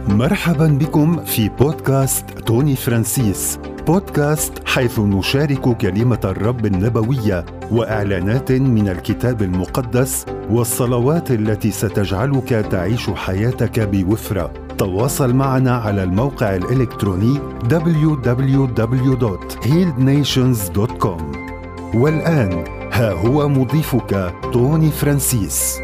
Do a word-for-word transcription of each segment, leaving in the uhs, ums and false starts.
مرحبا بكم في بودكاست توني فرانسيس. بودكاست حيث نشارك كلمة الرب النبوية وإعلانات من الكتاب المقدس والصلوات التي ستجعلك تعيش حياتك بوفرة. تواصل معنا على الموقع الإلكتروني دبليو دبليو دبليو دوت هيلد نيشنز دوت كوم. والآن ها هو مضيفك توني فرانسيس.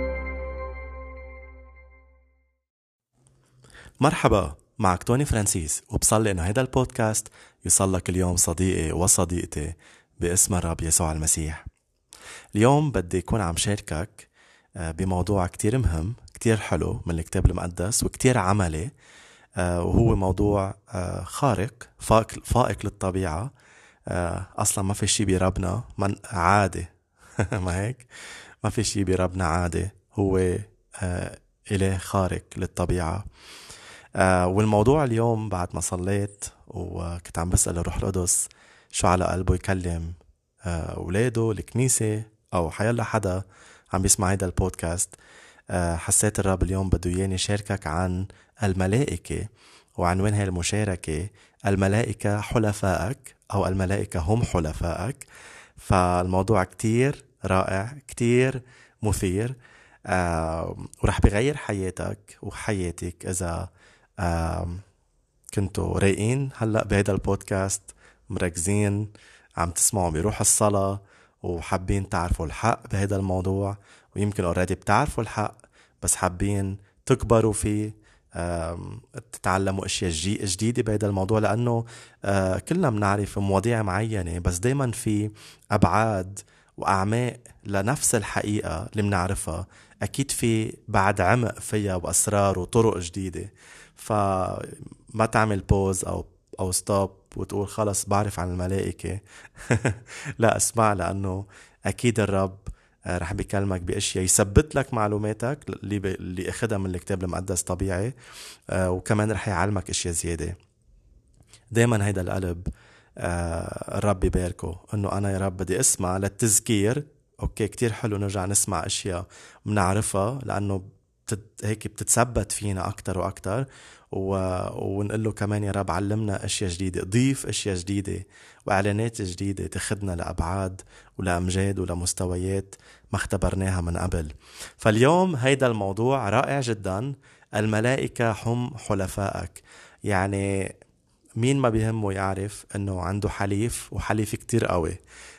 مرحبا، معك توني فرانسيس، وبصلي إنه هيدا البودكاست يوصلك اليوم صديقي وصديقتي باسم الرب يسوع المسيح. اليوم بدي يكون عم شاركك بموضوع كتير مهم، كتير حلو من الكتاب المقدس وكتير عملي، وهو موضوع خارق فائق, فائق للطبيعة. أصلا ما في شي بربنا من عادي ما هيك؟ ما في شي بربنا عادي، هو إله خارق للطبيعة. آه والموضوع اليوم بعد ما صليت وكنت عم بسأل الروح القدس شو على قلبه يكلم آه أولاده الكنيسة أو حيالله حدا عم بيسمع هيدا البودكاست. آه حسيت الرب اليوم بده ياني شاركك عن الملائكة، وعنوان هاي المشاركة الملائكة حلفائك أو الملائكة هم حلفائك. فالموضوع كتير رائع، كتير مثير، آه ورح بغير حياتك وحياتك إذا آه كنتوا رايقين هلأ بهيدا البودكاست، مركزين عم تسمعوا بروح الصلاة وحابين تعرفوا الحق بهيدا الموضوع، ويمكن اوريدي بتعرفوا الحق بس حابين تكبروا فيه، تتعلموا اشياء جديدة بهيدا الموضوع، لأنه آه كلنا بنعرف مواضيع معينة بس دايما في أبعاد وأعماق لنفس الحقيقة اللي بنعرفها. أكيد في بعد عمق فيها وأسرار وطرق جديدة، فما تعمل بوز أو أو ستوب وتقول خلص بعرف عن الملائكة. لا، اسمع، لأنه أكيد الرب رح بيكلمك بأشياء يثبت لك معلوماتك اللي, ب... اللي أخدها من الكتاب المقدس طبيعي، آه وكمان رح يعلمك أشياء زيادة. دايما هيدا القلب آه الرب يباركه، إنه أنا يا رب بدي أسمع للتذكير. أوكي، كتير حلو نرجع نسمع أشياء منعرفها، لأنه بتت... هيك بتتثبت فينا أكتر وأكتر، و... ونقول له كمان يا رب علمنا أشياء جديدة، ضيف أشياء جديدة وإعلانات جديدة تخدنا لأبعاد ولأمجاد ولمستويات ما اختبرناها من قبل. فاليوم هيدا الموضوع رائع جدا، الملائكة هم حلفائك. يعني مين ما بيهمه يعرف انه عنده حليف، وحليف كتير قوي.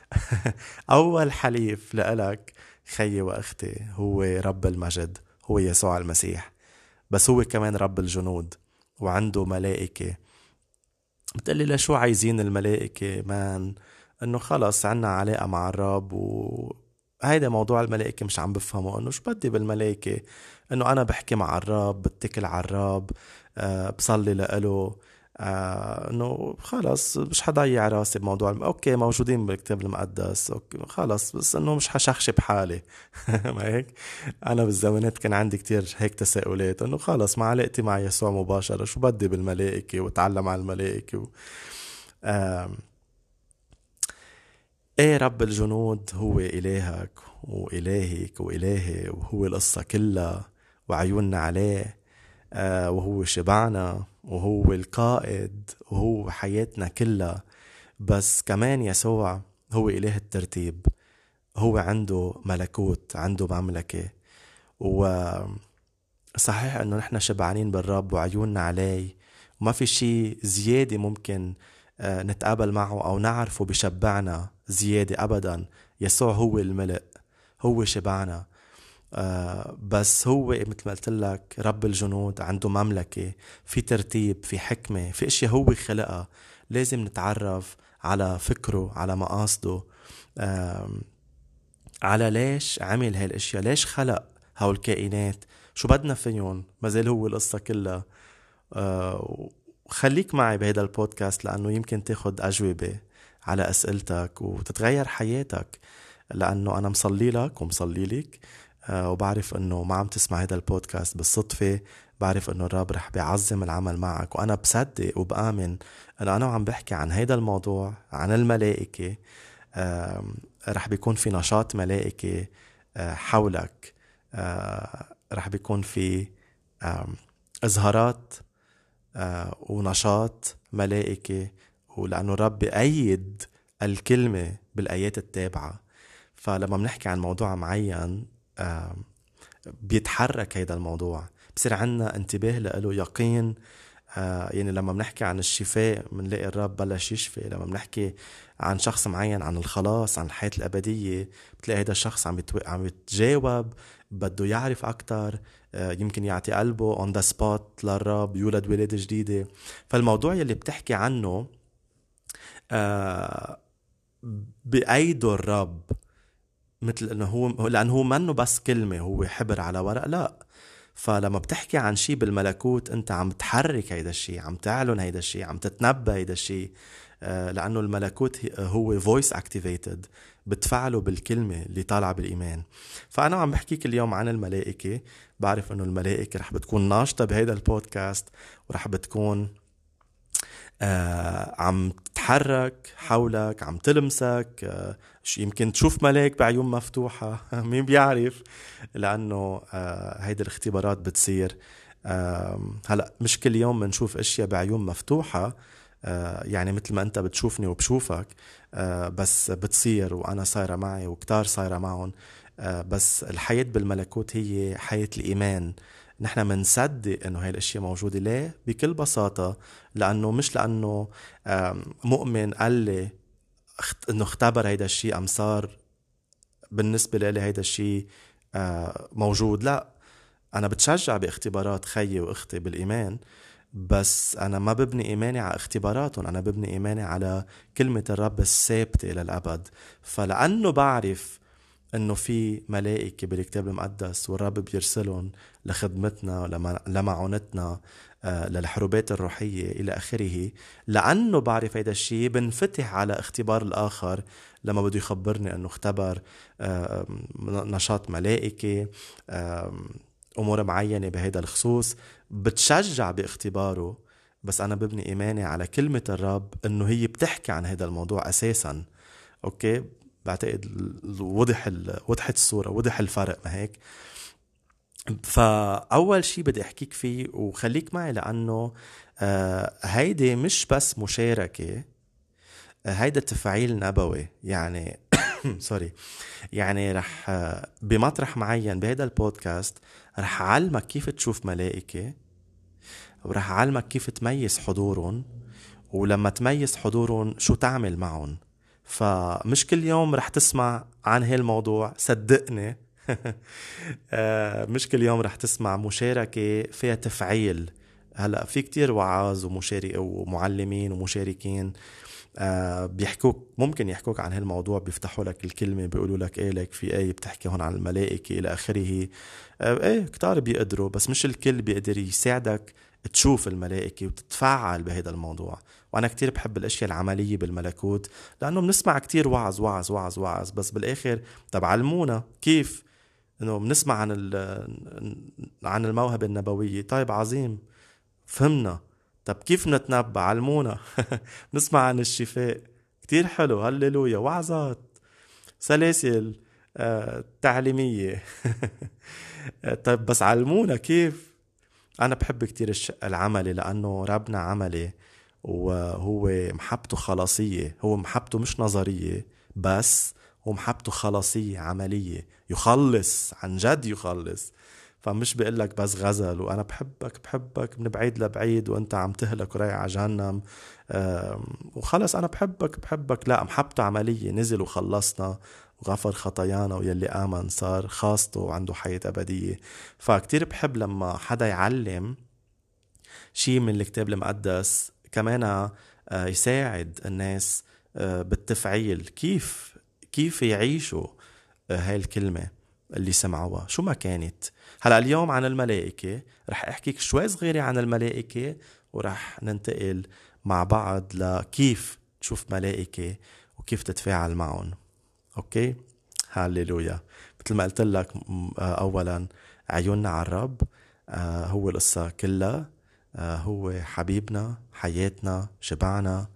اول حليف لإلك خيي واختي هو رب المجد، هو يسوع المسيح، بس هو كمان رب الجنود وعنده ملائكة. بتقلي لشو عايزين الملائكة؟ مان انه خلص عنا علاقة مع الرب، وهيدا موضوع الملائكة مش عم بفهمه، انه شو بدي بالملائكة؟ انه انا بحكي مع الرب، بتكل على الرب، أه بصلي لإله، آه انه خلص مش حضيع راسي بموضوع الم... اوكي موجودين بالكتاب المقدس، اوكي خلص، بس انه مش حشخش بحالي. ما هيك؟ انا بالزمانات كان عندي كتير هيك تساؤلات، انه خلص مع علاقتي مع يسوع مباشرة شو بدي بالملائكة وتعلم على الملائكة و... آه... ايه، رب الجنود هو الهك والهك والهي، وهو القصة كلها وعيوننا عليه، آه وهو شبعنا وهو القائد وهو حياتنا كلها. بس كمان يسوع هو إله الترتيب، هو عنده ملكوت، عنده مملكة. وصحيح أنه نحن شبعانين بالرب وعيوننا عليه، وما في شيء زيادة ممكن آه نتقابل معه أو نعرفه بشبعنا زيادة أبدا. يسوع هو الملء، هو شبعنا. آه بس هو مثل ما قلت لك رب الجنود، عنده مملكة، في ترتيب، في حكمة، في اشياء هو خلقها. لازم نتعرف على فكره، على مقاصده، آه على ليش عمل هالاشياء، ليش خلق هول الكائنات، شو بدنا فيهم. مازال هو القصة كلها. آه خليك معي بهذا البودكاست، لأنه يمكن تاخد أجوبة على أسئلتك وتتغير حياتك، لأنه أنا مصلي لك ومصلي لك، أه وبعرف أنه ما عم تسمع هذا البودكاست بالصدفة. بعرف أنه الرب رح بيعظم العمل معك، وأنا بصدق وبآمن أنه أنا عم بحكي عن هذا الموضوع، عن الملائكة. أه رح بيكون في نشاط ملائكة أه حولك، أه رح بيكون في أه إظهارات آه ونشاط ملائكي، ولأنه الرب بيأيد الكلمة بالآيات التابعة. فلما بنحكي عن موضوع معين آه بيتحرك هيدا الموضوع، بصير عنا انتباه له، يقين. آه يعني لما بنحكي عن الشفاء بنلاقي الرب بلش يشفي. لما بنحكي عن شخص معين، عن الخلاص، عن الحياة الأبدية، بتلاقي هيدا الشخص عم بيتو... عم يتجاوب، بده يعرف أكتر، آه يمكن يعطي قلبه on the spot للرب، يولد ولادة جديدة. فالموضوع يلي بتحكي عنه آه بأيده الرب، مثل انه هو، لانه هو منه بس كلمة، هو حبر على ورق، لا. فلما بتحكي عن شيء بالملكوت انت عم تحرك هيدا الشيء، عم تعلن هيدا الشيء، عم تتنبأ هيدا الشيء. آه لانه الملكوت هو voice activated، بتفعله بالكلمة اللي طالعة بالإيمان. فأنا عم بحكيك اليوم عن الملائكة. بعرف انه الملائكة رح بتكون ناشطة بهيدا البودكاست، ورح بتكون آه عم تتحرك حولك، عم تلمسك. آه يمكن تشوف ملاك بعيون مفتوحة مين بيعرف، لأنه آه هيدي الاختبارات بتصير. آه هلأ مش كل يوم بنشوف اشياء بعيون مفتوحة، آه يعني مثل ما انت بتشوفني وبشوفك، آه بس بتصير، وانا صايرة معي وكتار صايرة معهم. آه بس الحياة بالملكوت هي حياة الإيمان. نحن منصدق انه هاي الاشياء موجودة. ليه؟ بكل بساطة لانه مش لانه مؤمن قال لي انه اختبر هيدا الشيء ام صار بالنسبة لي هيدا الشيء موجود. لا، انا بتشجع باختبارات خيي واختي بالايمان، بس انا ما ببني ايماني على اختباراتهم، انا ببني ايماني على كلمة الرب الثابتة للابد. فلانه بعرف انه في ملائكة بالكتاب المقدس والرب بيرسلهم لخدمتنا، لمعونتنا، للحروبات الروحية إلى آخره، لأنه بعرف هيدا الشيء بنفتح على اختبار الآخر لما بده يخبرني أنه اختبر نشاط ملائكي، أمور معينة بهيدا الخصوص، بتشجع باختباره. بس أنا ببني إيماني على كلمة الرب أنه هي بتحكي عن هيدا الموضوع أساساً. أوكي، بعتقد وضح وضحت الصورة، وضح الفرق، ما هيك؟ فأول شي بدي أحكيك فيه، وخليك معي، لأنه آه هيدي مش بس مشاركة، آه هيدا تفعيل نبوي. يعني سوري، يعني رح آه بمطرح معين بهيدا البودكاست رح أعلمك كيف تشوف ملائكة، ورح أعلمك كيف تميز حضورهم، ولما تميز حضورهم شو تعمل معهم. فمش كل يوم رح تسمع عن هالموضوع، صدقني. مش كل يوم رح تسمع مشاركة فيها تفعيل. هلأ في كتير وعاظ ومشارك ومعلمين ومشاركين بيحكوك، ممكن يحكوك عن هالموضوع، بيفتحوا لك الكلمة، بيقولوا لك ايه لك في ايه بتحكي هون عن الملائكة إلى آخره. ايه كتار بيقدروا، بس مش الكل بيقدر يساعدك تشوف الملائكة وتتفاعل بهذا الموضوع. وأنا كتير بحب الأشياء العملية بالملكوت، لأنه بنسمع كتير وعظ وعظ وعظ وعظ، بس بالآخر طب علمونا كيف. إنه بنسمع عن عن الموهبة النبوية، طيب عظيم، فهمنا، طب كيف نتنبأ؟ علمونا. نسمع عن الشفاء، كتير حلو، هللويا، وعظات، سلاسل آه، تعليمية. طيب بس علمونا كيف. أنا بحب كتير الشق العملي، لأنه ربنا عملي، وهو محبته خلاصية، هو محبته مش نظرية بس، هو محبته خلاصية عملية، يخلص عن جد، يخلص. فمش بيقلك بس غزل وأنا بحبك بحبك من بعيد لبعيد وأنت عم تهلك ورايح على جهنم وخلص أنا بحبك بحبك. لا، محبته عملية، نزل وخلصنا وغفر خطايانا، ويلي آمن صار خاصته وعنده حياة أبدية. فكتير بحب لما حدا يعلم شيء من الكتاب المقدس كمان يساعد الناس بالتفعيل، كيف كيف يعيشوا هاي الكلمة اللي سمعوها شو ما كانت. هلأ اليوم عن الملائكة رح أحكيك شوي صغيرة عن الملائكة، ورح ننتقل مع بعض لكيف تشوف ملائكة وكيف تتفاعل معهم. أوكي، هاليلويا. مثل ما قلت لك أولا، عيوننا على الرب، هو القصة كلها، هو حبيبنا، حياتنا، شبعنا.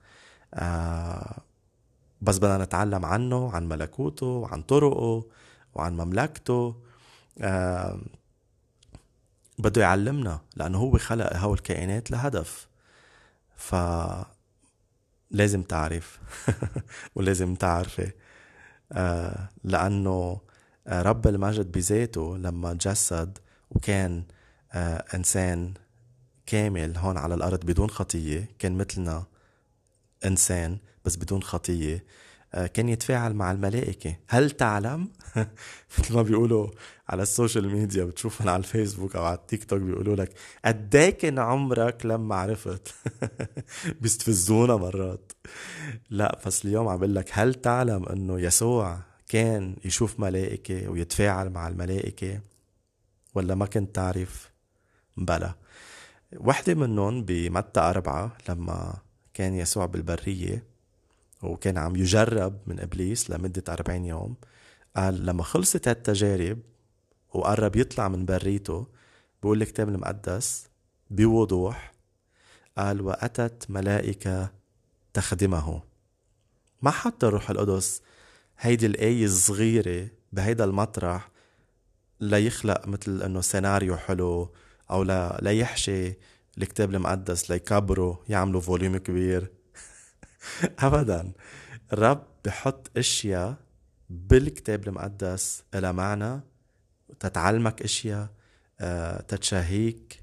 بس بدنا نتعلم عنه، عن ملكوته وعن طرقه وعن مملكته. بده يعلمنا، لأنه هو خلق هول الكائنات لهدف. ف لازم تعرف ولازم تعرفي، آه لأنه آه رب المجد بذاته لما تجسد وكان آه إنسان كامل هون على الأرض بدون خطية، كان مثلنا إنسان بس بدون خطية، آه كان يتفاعل مع الملائكة. هل تعلم مثل ما بيقولوا على السوشيال ميديا، بتشوفهم على الفيسبوك أو على التيك توك، بيقولوا لك قديه كان عمرك لما عرفت بيستفزونا مرات. لا بس اليوم عم بقول لك، هل تعلم انه يسوع كان يشوف ملائكة ويتفاعل مع الملائكة، ولا ما كنت تعرف؟ بلا. وحدة منهم بمتى أربعة، لما كان يسوع بالبرية وكان عم يجرب من إبليس لمدة أربعين يوم، قال لما خلصت هالتجارب وقرب يطلع من بريته، بيقول الكتاب المقدس بوضوح، قال وأتت ملائكة تخدمه. ما حتى الروح القدس هيدي الآية الصغيرة بهيدا المطرح ليخلق مثل انه سيناريو حلو، او لا ليحشي الكتاب المقدس ليكبروا يعملوا فوليوم كبير. ابدا، الرب بحط اشياء بالكتاب المقدس إلى معنى، تتعلمك اشياء، تتشاهيك،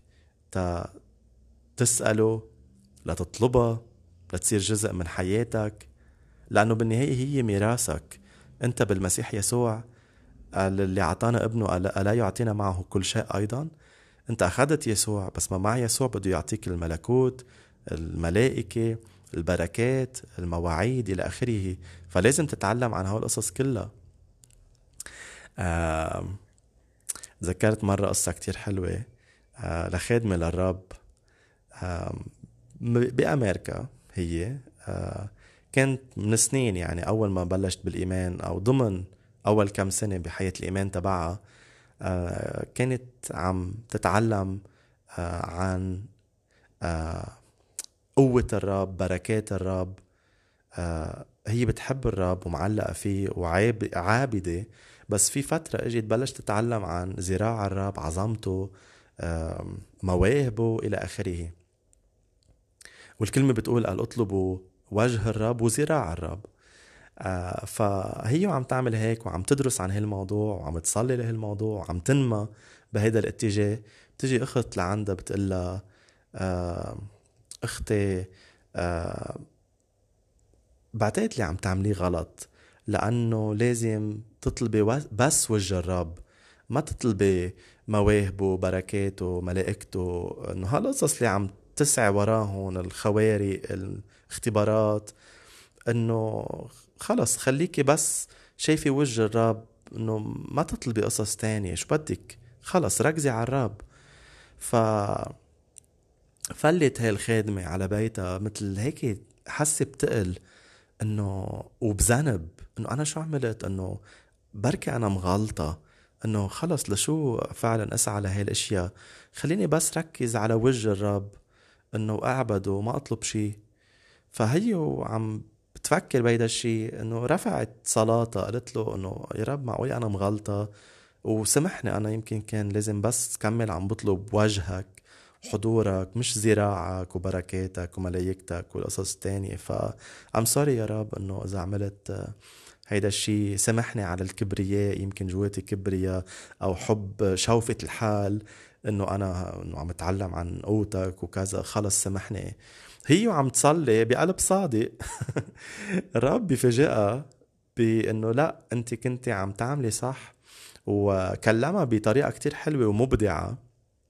تسأله، لتطلبها، لتصير جزء من حياتك، لأنه بالنهاية هي ميراثك. أنت بالمسيح يسوع اللي عطانا ابنه ألا يعطينا معه كل شيء أيضا؟ أنت أخذت يسوع، بس ما مع يسوع بده يعطيك الملكوت، الملائكة، البركات، المواعيد إلى آخره. فلازم تتعلم عن هول القصص كلها. آه ذكرت مرة قصة كتير حلوة آه لخادمة للرب آه بأمريكا. هي آه كانت من سنين، يعني أول ما بلشت بالإيمان أو ضمن أول كم سنة بحياة الإيمان تبعها، آه كانت عم تتعلم آه عن آه قوة الرب، بركات الرب. آه هي بتحب الرب ومعلقة فيه وعابدة، بس في فترة اجت بلشت تتعلم عن زراع الرب، عظمته، آه مواهبه إلى آخره. والكلمة بتقول قال اطلبوا وجه الرب وزراع الرب. آه فهي عم تعمل هيك وعم تدرس عن هالموضوع وعم تصلي لهالموضوع وعم تنمى بهيدا الاتجاه. بتجي اخت لعندها بتقلها آه اختي آه بعتقد اللي عم تعمليه غلط، لأنه لازم تطلبي بس وجه الرب، ما تطلبي مواهبه، بركاته، ملائكته، انه هالقصص اللي عم تسعى وراهن، الخوارق، الاختبارات. انه خلص خليكي بس شايفي وجه الرب، انه ما تطلبي قصص تانية. شو بدك؟ خلص ركزي على الرب. ف فلت هاي الخادمة على بيتها مثل هيك، حس بتقل انه وبذنب، انه انا شو عملت، انه بركي انا مغلطة، انه خلص لشو فعلا اسعى لهي الاشياء، خليني بس ركز على وجه الرب، انه اعبده وما اطلب شي. فهي عم بتفكر بهيدا الشيء، انه رفعت صلاتها، قالت له انه يا رب معقول انا مغلطة وسمحني، انا يمكن كان لازم بس كمل عم بطلب وجهك، حضورك، مش زراعك وبركاتك وملايكتك والقصص التانية. فأم سوري يا رب انه اذا عملت هيدا الشيء، سمحني على الكبرياء، يمكن جواتي كبرياء او حب شوفة الحال، انه انا انه عم اتعلم عن قوتك وكذا، خلص سمحني. هي وعم تصلي بقلب صادق الرب بفاجئها بانه لا، انت كنتي عم تعملي صح، وكلمها بطريقة كتير حلوة ومبدعة.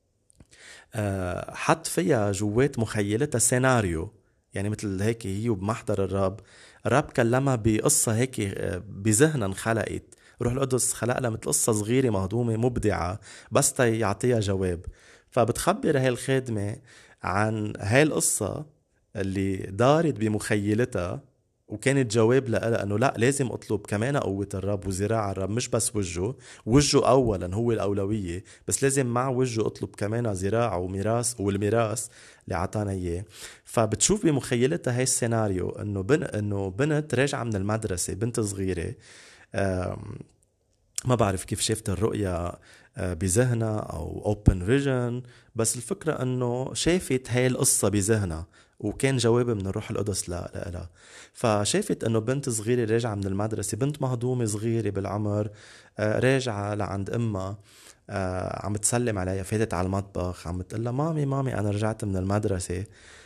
حط فيها جوات مخيلتها سيناريو، يعني مثل هيك هي بمحضر الرب، الرب كلمها بقصة هيك بذهنها انخلقت، روح القدس خلق لها مثل قصة صغيرة مهضومة مبدعة بس تا يعطيها جواب. فبتخبر هاي الخادمة عن هاي القصة اللي دارت بمخيلتها، وكانت جواب لها انه لا، لازم اطلب كمان قوة الرب وزراع الرب، مش بس وجهه، وجهه اولا هو الاولوية، بس لازم مع وجهه اطلب كمان زراع وميراث، والميراث اللي عطانا اياه. فبتشوف بمخيلتها هاي السيناريو، انه بن انه بنت راجعة من المدرسة، بنت صغيرة ما بعرف كيف شافت الرؤية بذهنها أو open vision، بس الفكرة أنه شافت هاي القصة بذهنها وكان جواب من الروح القدس لها. فشافت أنه بنت صغيرة راجعة من المدرسة، بنت مهضومة صغيرة بالعمر، راجعة لعند أمها، عم تسلم عليها، فاتت على المطبخ عم تقول لها مامي مامي أنا رجعت من المدرسة.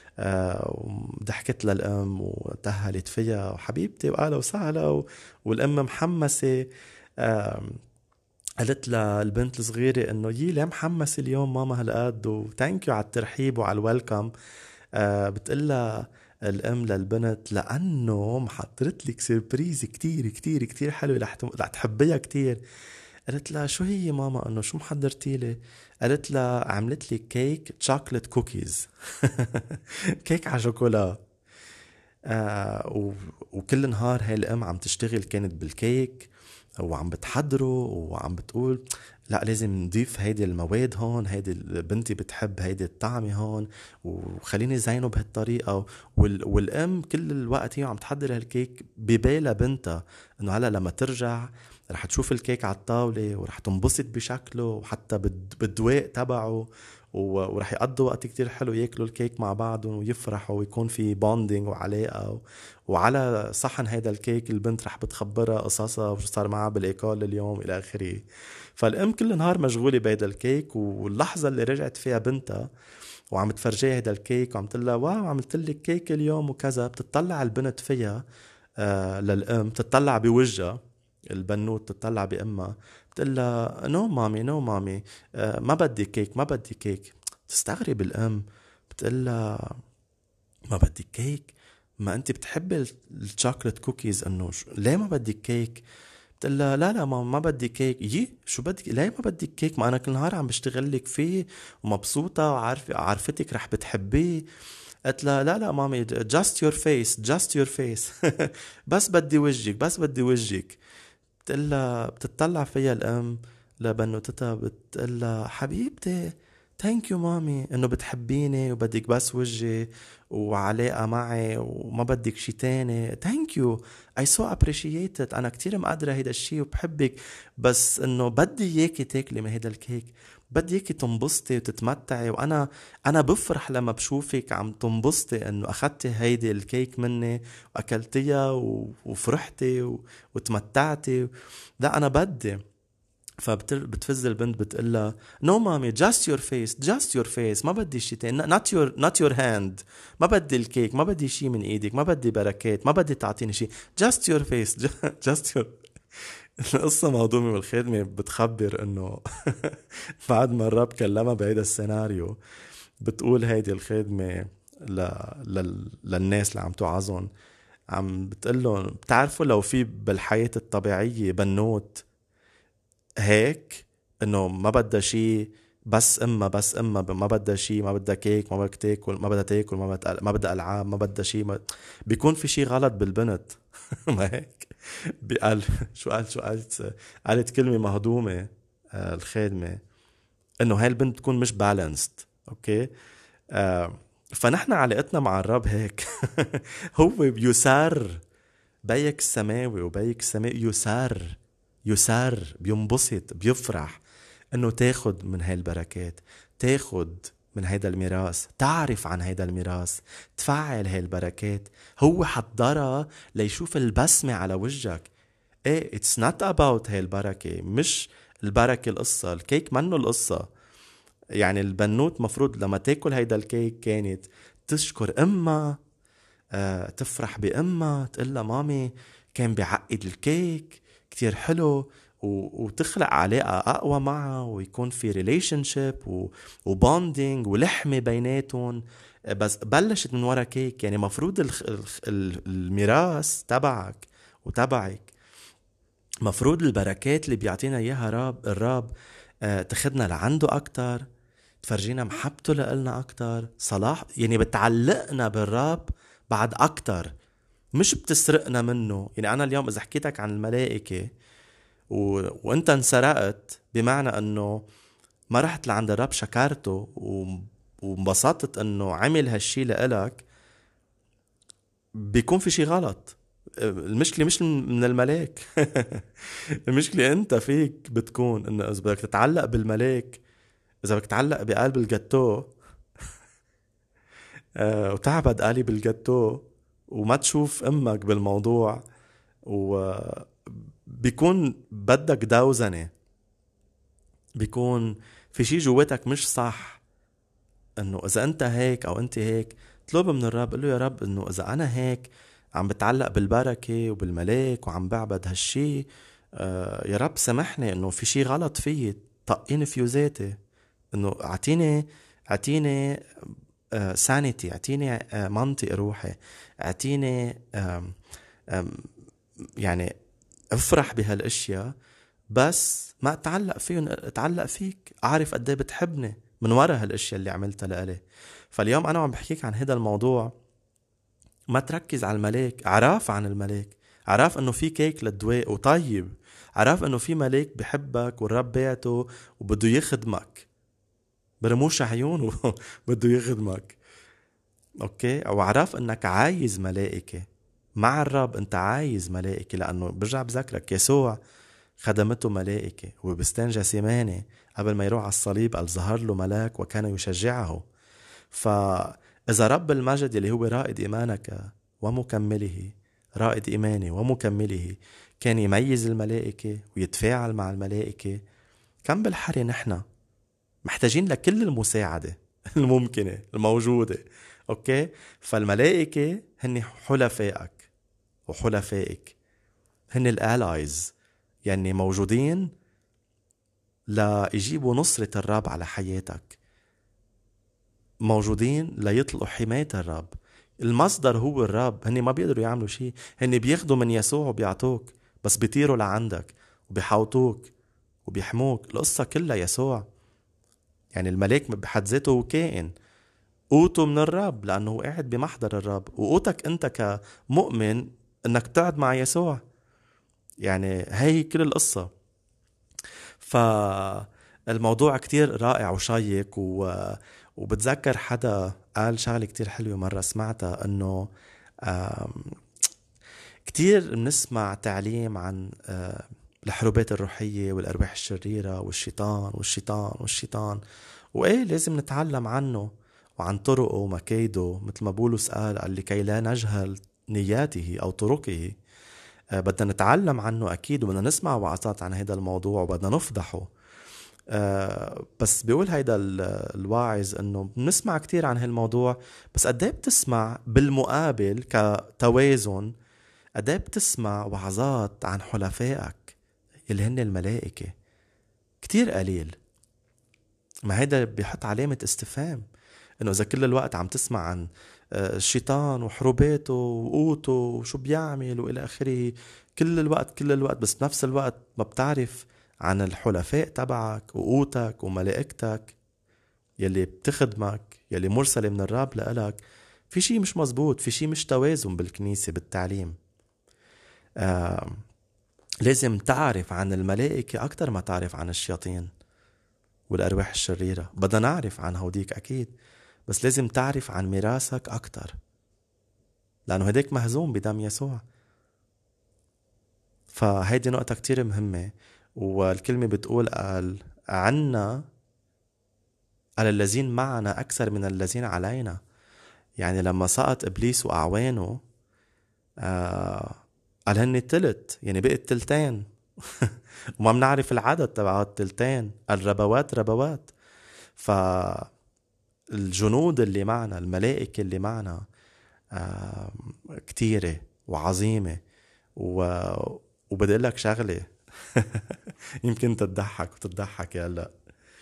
ضحكت للأم وتهلت فيها وحبيبتي وقالوا وسهلا، والأم محمسة. قالت للبنت الصغيرة انه يي ليه محمسة اليوم ماما هالقد، وثانك على الترحيب وعلى الويلكم. آه بتقلها الام للبنت لانه محضرت لك سيربريز كتير كتير كتير حلوة رح تحبيها كتير. قالت لها شو هي ماما؟ انه شو محضرتي لي؟ قالت لها عملت لي كيك تشوكلت كوكيز كيك على شوكولا. آه وكل نهار هاي الام عم تشتغل كانت بالكيك وعم بتحضره وعم بتقول لا لازم نضيف هيدي المواد هون، هيدي بنتي بتحب هيدي الطعمة هون وخليني زينه بهالطريقة. وال... والأم كل الوقت هي عم تحضر هالكيك ببالها بنتها انه هلا لما ترجع رح تشوف الكيك على الطاولة ورح تنبسط بشكله وحتى بالدواء تبعه، ورح يقضوا وقت كتير حلو ياكلوا الكيك مع بعضهم ويفرحوا ويكون في بوندينج وعلاقة. وعلى صحن هيدا الكيك البنت رح بتخبرها قصصها وشو صار معها بالإيكول اليوم إلى آخره. فالأم كل نهار مشغولة بهيدا الكيك، واللحظة اللي رجعت فيها بنتها وعم تفرجيها هيدا الكيك وعم تقول لها واو عملت لك كيك اليوم وكذا، بتطلع البنت فيها آه للأم، تطلع بوجهها البنوت، تطلع بأمها بتقول لها نو مامي نو مامي آه ما بدي كيك ما بدي كيك. تستغرب الأم بتقول لها ما بدي كيك؟ ما انت بتحبي الشوكولات كوكيز، انه ليه ما بدي كيك؟ بتقول لها لا لا ماما ما بدي كيك. يي شو بدك؟ ليه ما بدي كيك؟ ما انا كل نهار عم بشتغل لك فيه ومبسوطه وعارفه عارفتك رح بتحبيه. قلت لها لا لا مامي just your face just your face بس بدي وجهك بس بدي وجهك. بتقول لها بتطلع فيها الام لبنوتتها بتقول لها حبيبتي ثانك يو مامي انه بتحبيني وبدك بس وجهي وعلاقة معي وما بدك شي تاني. ثانك يو I so appreciate it، انا كتير مقدرة هيدا الشي وبحبك، بس انه بدي اياكي تاكلي من هيدا الكيك، بدي اياكي تنبسطي وتتمتعي، وانا انا بفرح لما بشوفك عم تنبسطي انه اخدتي هيدي الكيك مني واكلتيها وفرحتي وتمتعتي. لا انا بدي. فبتفز البنت بتقلها نو مامي just your face just your face ما بدي شي تاني not your not your hand، ما بدي الكيك ما بدي شي من ايدك ما بدي بركات ما بدي تعطيني شي just your face just your القصة مهضومة. والخادمة بتخبر انه بعد ما الرب كلمها بهيدا السيناريو بتقول هيدي الخادمة ل... لل... للناس اللي عم توعظن، عم بتقلهم بتعرفوا لو في بالحياة الطبيعية بنوت هيك انه ما بدها شيء بس اما بس اما ما بدها شيء ما بدها كيك ما بدها تاكل ما بدها تاكل ما بدها ما بدها العاب ما بدها شيء ما... بيكون في شيء غلط بالبنت ما هيك بقال شو قال شو قالت قالت كلمة مهضومة آه الخادمة انه هاي البنت تكون مش بالانسد. اوكي آه فنحن علاقتنا مع الرب هيك هو بيسار بيك السماوي وبيك السماوي يسار يسار بينبسط بيفرح انه تاخد من هاي البركات، تاخد من هيدا الميراث، تعرف عن هيدا الميراث، تفعل هاي البركات. هو حضرها ليشوف البسمة على وجهك. ايه it's not about هاي البركة، مش البركة القصة، الكيك منه القصة. يعني البنوت مفروض لما تاكل هيدا الكيك كانت تشكر امها، آه تفرح بامها، تقلها مامي كان بيعقد الكيك كتير حلو، وتخلق علاقة أقوى معها ويكون في ريليشنشيب وبوندينج ولحمة بيناتهم. بس بلشت من ورا كيك. يعني مفروض الميراث تبعك وتبعك، مفروض البركات اللي بيعطينا إياها رب الرب آه تخدنا لعنده أكتر، تفرجينا محبته لقلنا أكتر، صلاح يعني بتعلقنا بالرب بعد أكتر، مش بتسرقنا منه. يعني أنا اليوم إذا حكيتك عن الملائكة و... وانت انسرقت بمعنى انه ما رحت لعند الرب شكرته و... وانبسطت انه عمل هالشي لإلك، بيكون في شي غلط. المشكلة مش من الملاك. المشكلة انت فيك بتكون انه اذا بدك تتعلق بالملاك، اذا بدك تتعلق بقلب الجاتو آه وتعبد قالي بالجاتو وما تشوف امك بالموضوع، وبيكون بدك دوزنة، بيكون في شي جواتك مش صح. انه اذا انت هيك او انت هيك، اطلب من الرب، قل له يا رب انه اذا انا هيك عم بتعلق بالبركة وبالملاك وعم بعبد هالشي، آه يا رب سامحني انه في شي غلط فيي، طقيني فيوزاتي، انه اعطيني اعطيني آه سانيتي، اعطيني آه منطق روحي، اعطيني آم آم يعني افرح بهالاشياء، بس ما اتعلق فيهم، اتعلق فيك، اعرف قد ايه بتحبني من وراء هالاشياء اللي عملتها لإلي. فاليوم انا عم بحكيك عن هذا الموضوع، ما تركز على الملاك، عراف عن الملاك، عراف انه في كيك للدواء وطيب، عراف انه في ملاك بحبك والرب بعته وبده يخدمك، برموش عيون وبده يخدمك. اوكي، او عراف انك عايز ملائكة مع الرب، انت عايز ملائكة، لانه برجع بذكرك يسوع خدمته ملائكة، وبستان جسيماني قبل ما يروح على الصليب قال ظهر له ملاك وكان يشجعه. فإذا رب المجد اللي هو رائد إيمانك ومكمله، رائد إيماني ومكمله، كان يميز الملائكة ويتفاعل مع الملائكة، كم بالحري نحن محتاجين لكل المساعدة الممكنة الموجودة. أوكي، فالملائكة هن حلفائك وحلفائك، هن الآلايز، يعني موجودين ليجيبوا نصرة الرب على حياتك، موجودين ليطلقوا حماية الرب. المصدر هو الرب، هن ما بيقدروا يعملوا شيء، هن بياخدوا من يسوع وبيعطوك، بس بيطيروا لعندك وبيحوطوك وبيحموك. القصة كلها يسوع، يعني الملاك بحد ذاته هو كائن قوته من الرب، لأنه هو قاعد بمحضر الرب، وقوتك أنت كمؤمن أنك تقعد مع يسوع. يعني هاي كل القصة. فالموضوع كتير رائع وشيق، و... وبتذكر حدا قال شغلة كتير حلوة مرة سمعتها، أنه كتير بنسمع تعليم عن الحروبات الروحية والأرواح الشريرة والشيطان والشيطان والشيطان، وإيه لازم نتعلم عنه وعن طرقه ومكايده، مثل ما بولس قال قال لكي لا نجهل نياته أو طرقه. بدنا نتعلم عنه أكيد، وبدنا نسمع وعظات عن هذا الموضوع وبدنا نفضحه. أه بس بيقول هيدا الواعظ انه بنسمع كتير عن هالموضوع، بس قد ايه بتسمع بالمقابل كتوازن، قد ايه بتسمع وعظات عن حلفائك اللي هن الملائكة؟ كتير قليل. ما هيدا بيحط علامة استفهام، انه اذا كل الوقت عم تسمع عن الشيطان وحروباته وقوته وشو بيعمل والى اخره، كل الوقت كل الوقت، بس بنفس الوقت ما بتعرف عن الحلفاء تبعك وقوتك وملائكتك يلي بتخدمك، يلي مرسلة من الرب لإلك، في شي مش مزبوط، في شي مش توازن بالكنيسة بالتعليم. آه لازم تعرف عن الملائكة أكتر ما تعرف عن الشياطين والأرواح الشريرة. بدنا نعرف عن هوديك أكيد، بس لازم تعرف عن ميراثك أكتر، لأنه هديك مهزوم بدم يسوع. فهيدي نقطة كتير مهمة. والكلمة بتقول قال عنا على الذين معنا أكثر من الذين علينا. يعني لما سقط إبليس وأعوانه آه قال هن تلت، يعني بقت تلتين وما بنعرف العدد تبع التلتين، الربوات ربوات. فالجنود اللي معنا، الملائكة اللي معنا آه كتيرة وعظيمة. و... وبدي لك شغلة يمكن تضحك وتضحك يا هلا.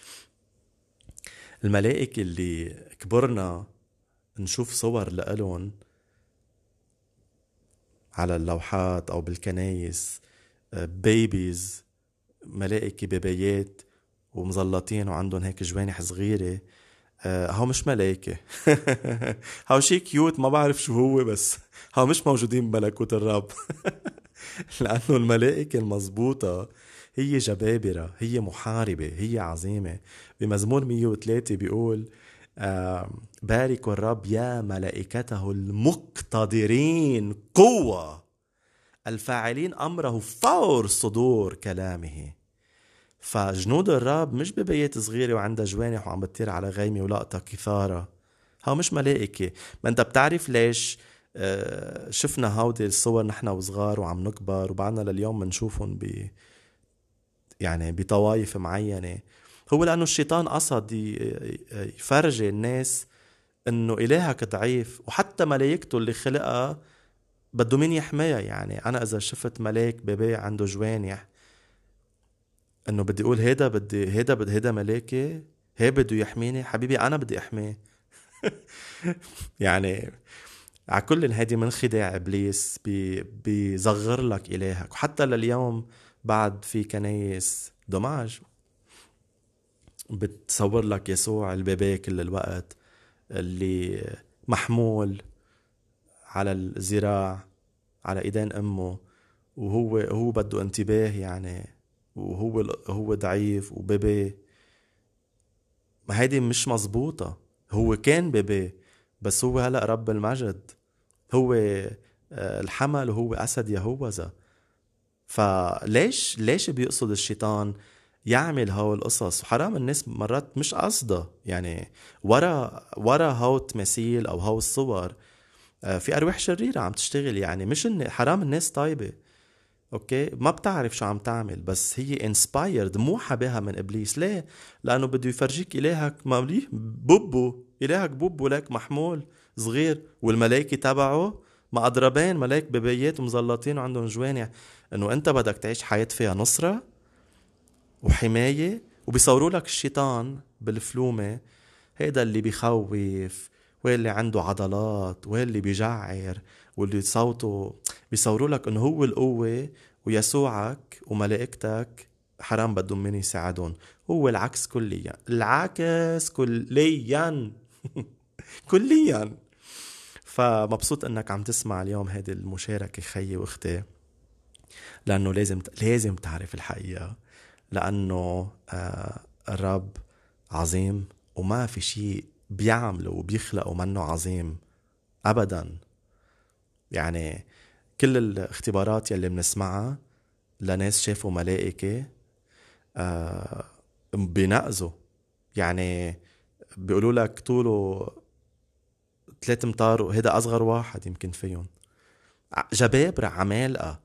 الملائكة اللي كبرنا نشوف صور لألون على اللوحات أو بالكنايس، بيبيز، ملائكة بيبيات ومزلطين وعندهم هيك جوانح صغيرة، هاو مش ملائكة هاو شي كيوت ما بعرف شو هو، بس هاو مش موجودين بملكوت الرب لأنه الملائكة المضبوطة هي جبابرة، هي محاربة، هي عظيمة. بمزمور مية وثلاثة بيقول باركوا الرب يا ملائكته المقتدرين قوة الفاعلين أمره فور صدور كلامه. فجنود الرب مش ببيت صغيرة وعندها جوانح وعم بتطير على غيمة ولقطة كثارة، هاو مش ملائكة. ما انت بتعرف ليش آه شفنا هودي الصور نحن وصغار وعم نكبر وبعدنا لليوم منشوفهم ب يعني بطوايف معينة؟ هو لأنه الشيطان قصد يفرجي الناس انه إلهك ضعيف، وحتى ملايكته اللي خلقها بده مين يحميها. يعني أنا إذا شفت ملاك بيبي عنده جوانح انه بدي اقول هيدا بدي هيدا بدي هيدا ملاكي هي بده يحميني؟ حبيبي انا بدي احميه. يعني على كل هيدي من خداع ابليس بي بيصغر لك الهك. وحتى لليوم بعد في كنايس دماج بتصور لك يسوع البيبي كل الوقت اللي محمول على الذراع على ايدين امه، وهو هو بده انتباه يعني، وهو هو ضعيف وبيبي. ما هيدي مش مزبوطة. هو كان بيبي بس هو هلأ رب المجد، هو الحمل وهو أسد يهوذا. فليش ليش بيقصد الشيطان يعمل هاو القصص؟ وحرام الناس مرات مش قصده يعني ورا ورا هاو التماثيل أو هاو الصور في أرواح شريرة عم تشتغل. يعني مش إن حرام الناس طيبة اوكي ما بتعرف شو عم تعمل، بس هي انسبايرد موحى بها من ابليس. ليه؟ لانه بده يفرجيك الهك ممليه بوبو، الهك بوبو لك محمول صغير، والملائكه تبعه مقدربين ملاك ببيات مزلطين وعندهم جوانح، انه انت بدك تعيش حياه فيها نصره وحمايه. وبيصوروا لك الشيطان بالفلومه، هيدا اللي بيخوف واللي عنده عضلات واللي بيجعر واللي صوته، بيصوروا لك انه هو القوة ويسوعك وملائكتك حرام بدهم من يساعدون. هو العكس كليا، العكس كليا كليا. فمبسوط انك عم تسمع اليوم هذه المشاركة خيي واختي، لانه لازم لازم تعرف الحقيقة، لانه آه الرب عظيم وما في شيء بيعمله وبيخلقه منه عظيم أبدا. يعني كل الاختبارات يلي بنسمعها لناس شافوا ملائكة آه بينقذوا. يعني بيقولوا لك طوله ثلاث امتار وهذا أصغر واحد يمكن فيهم، جبابرة عمالقة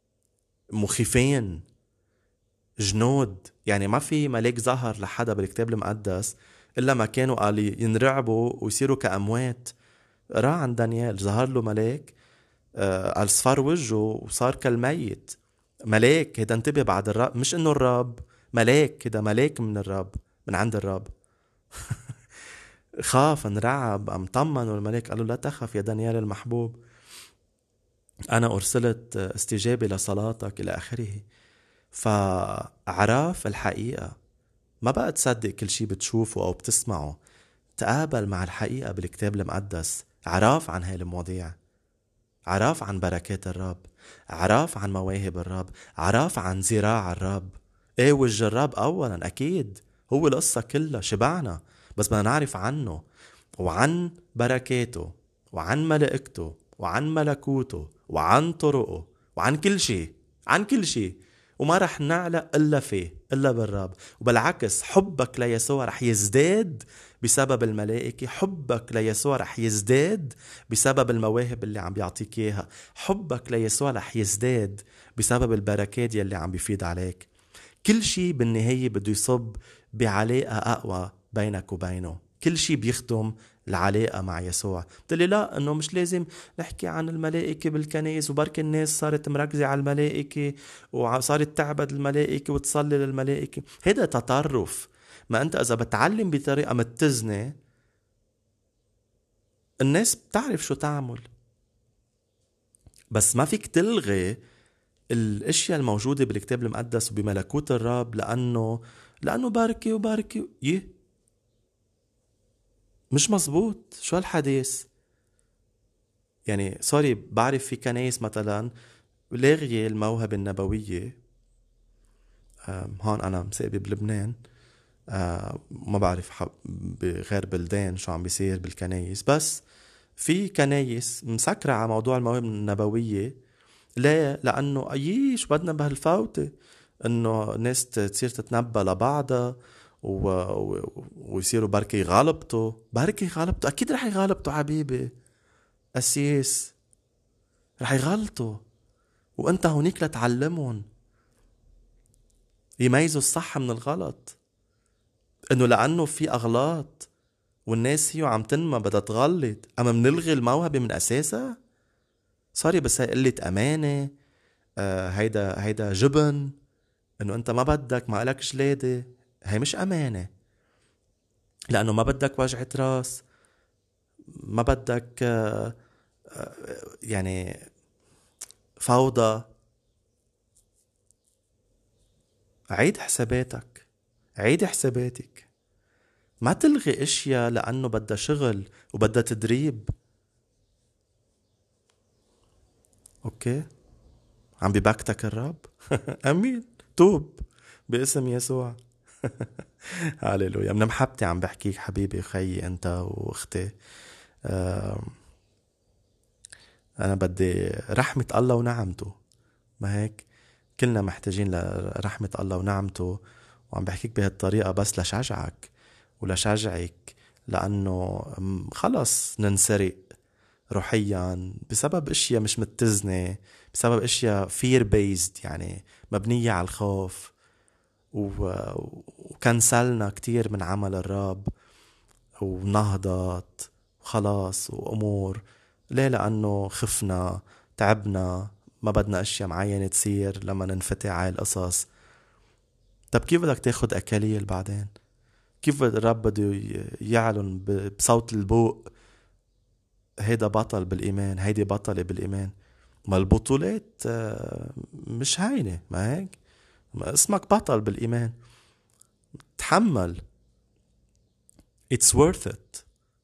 مخيفين جنود. يعني ما في ملاك ظهر لحدا بالكتاب المقدس إلا ما كانوا قال ينرعبوا ويصيروا كأموات. رأى عن دانيال ظهر له ملاك آه قال صفار وجهه وصار كالميت. ملاك هيدا انتبه بعد الرب، مش انه الرب ملاك، هيدا ملاك من الرب من عند الرب. خاف انرعب ام طمن، والملاك قال له لا تخف يا دانيال المحبوب، انا ارسلت استجابة لصلاتك الى اخره. فعرف الحقيقة، ما بقى تصدق كل شي بتشوفه أو بتسمعه، تقابل مع الحقيقة بالكتاب المقدس. عرف عن هاي المواضيع، عرف عن بركات الرب، عرف عن مواهب الرب، عرف عن زراع الرب. ايه وجه الرب أولا أكيد هو القصة كلها شبعنا، بس بدنا نعرف عنه وعن بركاته وعن ملائكته وعن ملكوته وعن طرقه وعن كل شيء، عن كل شيء. وما رح نعلق إلا فيه إلا بالرب. وبالعكس حبك ليسوع رح يزداد بسبب الملائكة، حبك ليسوع رح يزداد بسبب المواهب اللي عم بيعطيك إياها، حبك ليسوع رح يزداد بسبب البركات يلي عم بيفيد عليك. كل شيء بالنهاية بده يصب بعلاقة أقوى بينك وبينه، كل شيء بيخدم العلاقة مع يسوع. بتقولي لا انه مش لازم نحكي عن الملائكة بالكنيس، وبرك الناس صارت مركزة على الملائكة وصارت تعبد الملائكة وتصلي للملائكة. هذا تطرف. ما انت اذا بتعلم بطريقة متزنة الناس بتعرف شو تعمل، بس ما فيك تلغي الاشياء الموجودة بالكتاب المقدس وبملكوت الرب لانه لانه باركي وباركي يه مش مزبوط. شو هالحديث يعني؟ سوري، بعرف في كنايس مثلا لاغية الموهبة النبوية. هون أنا مساقبة بلبنان، ما بعرف بغير بلدان شو عم بيصير بالكنايس، بس في كنايس مسكرة على موضوع الموهبة النبوية ليه؟ لأنه أيش بدنا بهالفوتة إنه ناس تصير تتنبأ لبعضها و... و... ويصيروا بركي يغالبطوا بركي يغالبطوا أكيد رح يغالبطوا حبيبي أسيس، رح يغلطوا وأنت هونيك لتعلمهم يميزوا الصح من الغلط. إنه لأنه في أغلاط والناس هي عم تنمى بدها تغلط أما منلغي الموهبة من أساسها؟ صاري بس هاي قلة أمانة. آه هيدا هيدا جبن، إنه أنت ما بدك ما قلك جلادة. هاي مش أمانة، لأنه ما بدك وجعة راس، ما بدك آه آه يعني فوضى. عيد حساباتك، عيد حساباتك، ما تلغي اشياء لأنه بدها شغل وبدها تدريب. اوكي، عم ببكتك الرب. امين، توب باسم يسوع. هاليلويا. من محبتي عم بحكيك حبيبي خيي انت واختي. انا بدي رحمة الله ونعمته، ما هيك كلنا محتاجين لرحمة الله ونعمته. وعم بحكيك بهالطريقة بس لشجعك ولشجعك، لأنه خلص ننسرق روحيا بسبب اشياء مش متزنة، بسبب اشياء fear based يعني مبنية على الخوف، وكنسلنا كتير من عمل الرب ونهضت وخلاص وأمور. ليه؟ لأنه خفنا، تعبنا، ما بدنا اشياء معينة تصير لما ننفتح على القصص. طب كيف بدك تاخد أكاليل بعدين؟ كيف الرب بده يعلن بصوت البوق هيدا بطل بالإيمان، هيدي بطلة بالإيمان؟ ما البطولات مش هينة، ما هيك؟ ما اسمك بطل بالإيمان، تحمل. it's worth it،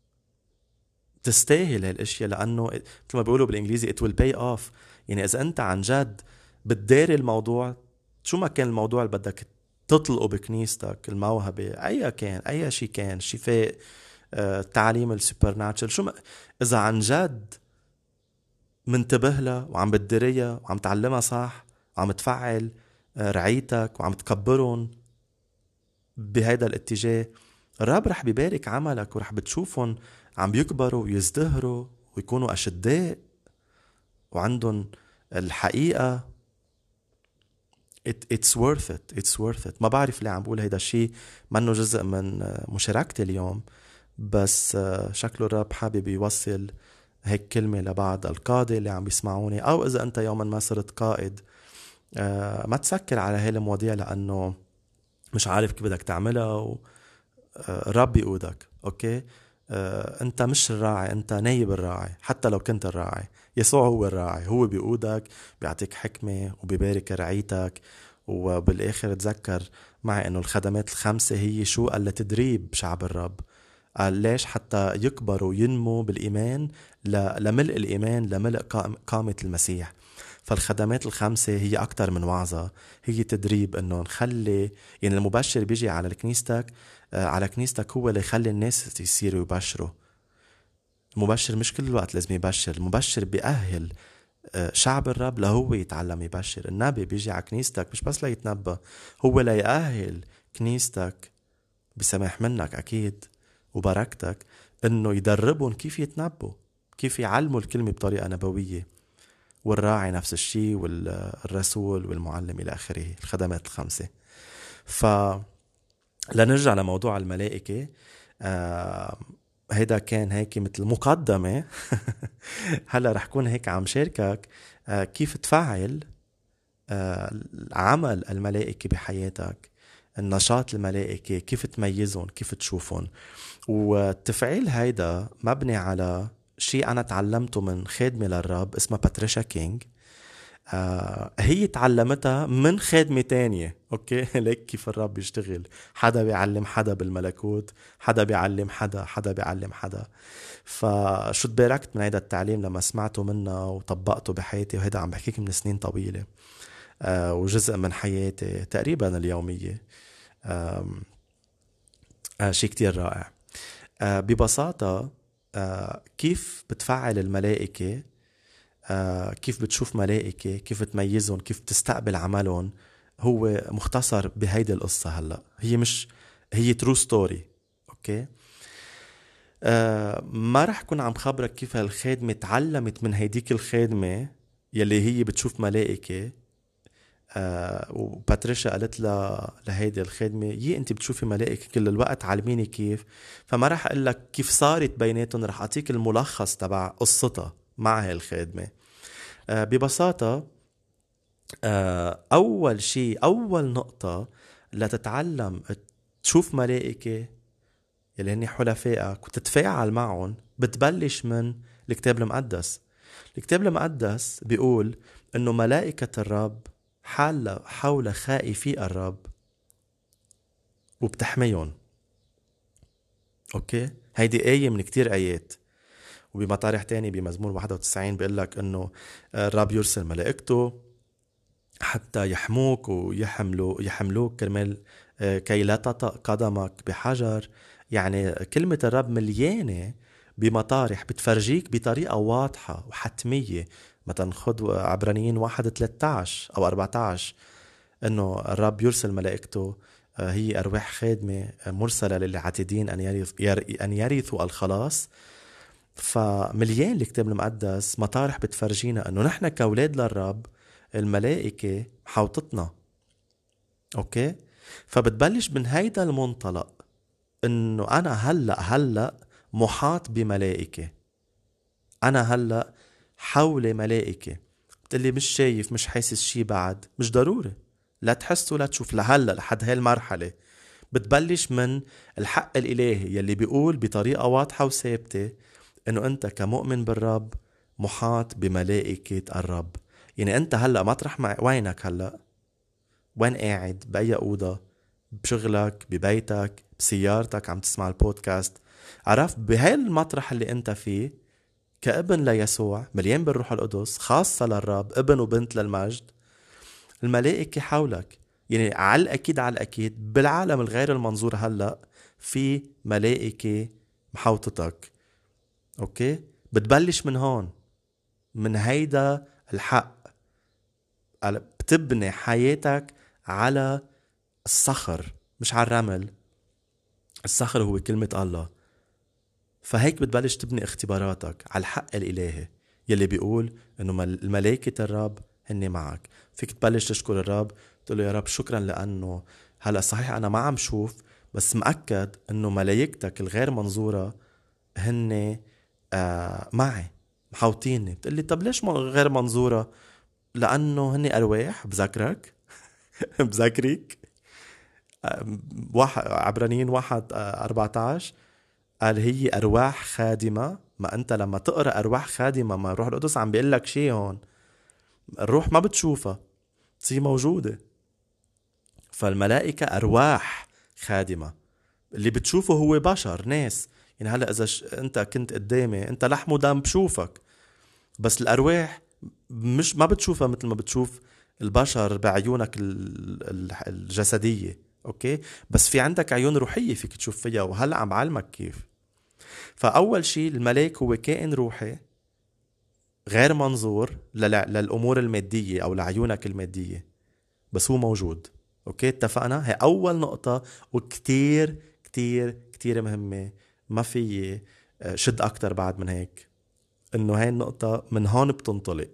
تستاهل هالاشياء، لأنه مثل ما بيقولوا بالإنجليزي it will pay off. يعني إذا أنت عن جد بتداري الموضوع، شو ما كان الموضوع اللي بدك تطلقه بكنيستك، الموهبة أي كان، أي شيء كان، شفاء، آه، تعليم السوبر ناتشل، شو ما، إذا عن جد منتبه لها وعم بتدريها وعم تعلمها صح وعم تفعل آه، رعيتك وعم تكبرهم بهيدا الاتجاه، الرب رح بيبارك عملك ورح بتشوفهم عم بيكبروا ويزدهروا ويكونوا أشداء وعندهم الحقيقة. It, it's worth it it's worth it. ما بعرف ليه عم بقول هيدا الشيء، منه جزء من مشاركتي اليوم، بس شكله الرب حابب يوصل هيك كلمة لبعض القادة اللي عم بيسمعوني، أو إذا أنت يوما ما صرت قائد ما تسكر على هاي المواضيع لأنه مش عارف كيف بدك تعملها. الرب يقودك. أوكي، أنت مش الراعي، أنت نايب الراعي. حتى لو كنت الراعي، يسوع هو الراعي، هو بيقودك، بيعطيك حكمة وبيبارك رعيتك. وبالآخر تذكر معي أنه الخدمات الخمسة هي شو؟ قال لتدريب شعب الرب. قال ليش؟ حتى يكبروا وينموا بالإيمان لملء الإيمان، لملء قامة المسيح. فالخدمات الخمسة هي أكتر من وعظة، هي تدريب إنه نخلي، يعني المبشر بيجي على كنيستك على كنيستك هو اللي يخلي الناس يصيروا يبشروا. المبشر مش كل الوقت لازم يبشر، المبشر بيأهل شعب الرب لهو يتعلم يبشر. النبي بيجي على كنيستك مش بس ليتنبأ، هو ليأهل كنيستك بسماح منك أكيد وبركتك إنه يدربهم كيف يتنبوا، كيف يعلموا الكلمة بطريقة نبوية. والراعي نفس الشيء، والرسول والمعلم إلى آخره، الخدمات الخمسة. ف لنرجع لموضوع الملائكة. آه هيدا كان هيك مثل مقدمة. هلا رح كون هيك عم شاركك آه كيف تفعل آه عمل الملائكة بحياتك، النشاط الملائكة، كيف تميزهم، كيف تشوفهم. والتفعيل هيدا مبني على شيء أنا تعلمته من خادمة للرب اسمها باتريشا كينج. آه هي تعلمتها من خادمة تانية. أوكي، ليك كيف الرب يشتغل، حدا بيعلم حدا بالملكوت، حدا بيعلم حدا، حدا بيعلم حدا. فشو تباركت من هيدا التعليم لما سمعته منها وطبقته بحياتي. وهيدا عم بحكيك من سنين طويلة آه وجزء من حياتي تقريبا اليومية. آه آه شيء كتير رائع. آه ببساطة آه كيف بتفعل الملائكة آه كيف بتشوف ملائكة، كيف تميزهم، كيف تستقبل عملهم، هو مختصر بهيدي القصة. هلأ هي مش هي ترو ستوري. أوكي. آه ما رح كون عم خبرك كيف هالخادمة تعلمت من هيديك الخادمة يلي هي بتشوف ملائكة. آه وباتريشا قالت لها لهيدي الخادمة يي انت بتشوفي ملائكة كل الوقت، علميني كيف. فما رح اقول لك كيف صارت بيناتهم، رح اعطيك الملخص تبع قصتها مع هاي الخادمة. آه ببساطة، آه اول شيء، اول نقطة لتتعلم تشوف ملائكة يلي هني حلفائك وتتفاعل معهم، بتبلش من الكتاب المقدس. الكتاب المقدس بيقول انه ملائكة الرب حال حول خائفي الرب وبتحميهم. اوكي، هيدي آية من كتير آيات. وبمطارح تاني بمزمور واحد وتسعين بيقول لك انه الرب يرسل ملائكته حتى يحموك ويحملوا يحملوك كرمال كي لا تطأ قدمك بحجر. يعني كلمة الرب مليانة بمطارح بتفرجيك بطريقة واضحة وحتمية. مثلا خد عبرانيين واحد ثلاثة عشر أو أربعة عشر، أنه الرب يرسل ملائكته، هي أرواح خادمة مرسلة للعاتدين أن يرث أن يرثوا الخلاص. فمليان الكتاب المقدس مطارح بتفرجينا أنه نحن كأولاد للرب الملائكة محوطتنا. أوكي، فبتبلش من هيدا المنطلق انه انا هلأ هلأ محاط بملائكة، انا هلأ حولي ملائكة. بتقلي مش شايف مش حاسس شي بعد، مش ضروري، لا تحس ولا تشوف لهلأ لحد هاي المرحلة. بتبلش من الحق الإلهي يلي بيقول بطريقة واضحة وثابتة انه انت كمؤمن بالرب محاط بملائكة الرب. يعني انت هلأ مطرح مع وينك، هلأ وين قاعد، بأي أوضة، بشغلك، ببيتك، بسيارتك، عم تسمع البودكاست، عرف بهاي المطرح اللي انت فيه كابن ليسوع مليان بالروح القدس خاصة للرب، ابن وبنت للمجد، الملائكة حولك. يعني على الأكيد على الأكيد بالعالم الغير المنظور هلأ في ملائكة محوطتك. أوكي، بتبلش من هون، من هيدا الحق. بتبني حياتك على الصخر مش على الرمل. الصخر هو كلمة الله. فهيك بتبلش تبني اختباراتك على الحق الإلهي يلي بيقول انه الملائكة الرب هني معك. فيك تبلش تشكر الرب، تقول له يا رب شكرا لأنه هلأ صحيح أنا ما عم شوف، بس مأكد انه ملائكتك الغير منظورة هني آه معي محوطيني. بتقول لي طب ليش غير منظورة؟ لأنه هني أرواح. بذكرك بذكرك واحد عبرانيين واحد أربعة عشر قال هي أرواح خادمة. ما أنت لما تقرأ أرواح خادمة، ما الروح القدس عم بيقول لك شيء هون، الروح ما بتشوفها بس هي موجودة. فالملائكة أرواح خادمة، اللي بتشوفه هو بشر ناس. يعني هلأ إذا ش... أنت كنت قدامي، أنت لحم ودم بشوفك، بس الأرواح مش ما بتشوفها مثل ما بتشوف البشر بعيونك الجسدية. أوكي، بس في عندك عيون روحية فيك تشوف فيها، وهلأ عم بعلمك كيف. فأول شيء الملاك هو كائن روحي غير منظور للأمور المادية أو لعيونك المادية، بس هو موجود. أوكي، اتفقنا؟ هي أول نقطة وكتير كتير كتير مهمة. ما في شد أكتر بعد من هيك، إنه هاي النقطة من هون بتنطلق.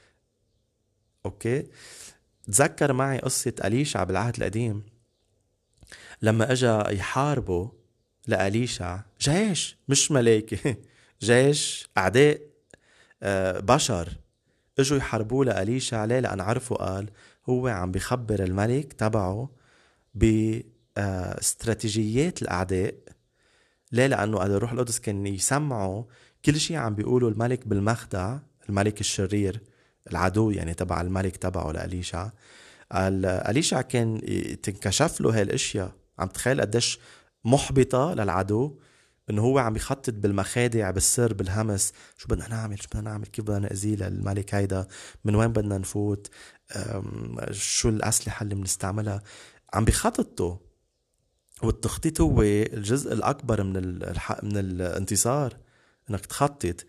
أوكي، تذكر معي قصة أليشع بالعهد القديم لما أجا يحاربوا لأليشع جيش مش ملايكة جيش أعداء بشر اجوا يحاربوا لأليشع. ليه؟ لأن عرفوا قال هو عم بيخبر الملك تبعه باستراتيجيات الأعداء. ليه؟ لأنه قال الروح القدس كان يسمعوا كل شيء عم بيقوله الملك بالمخدع، الملك الشرير العدو يعني تبع الملك تبعه لأليشع. قال أليشع كان تنكشف له هاي الاشياء. عم تخيل قديش محبطة للعدو انه هو عم يخطط بالمخادع بالسر بالهمس، شو بدنا نعمل شو بدنا نعمل كيف بدنا نأذيه للملك هيدا، من وين بدنا نفوت، شو الأسلحة اللي بنستعملها. عم بيخططوا، والتخطيط هو الجزء الأكبر من من الانتصار، انك تخطط.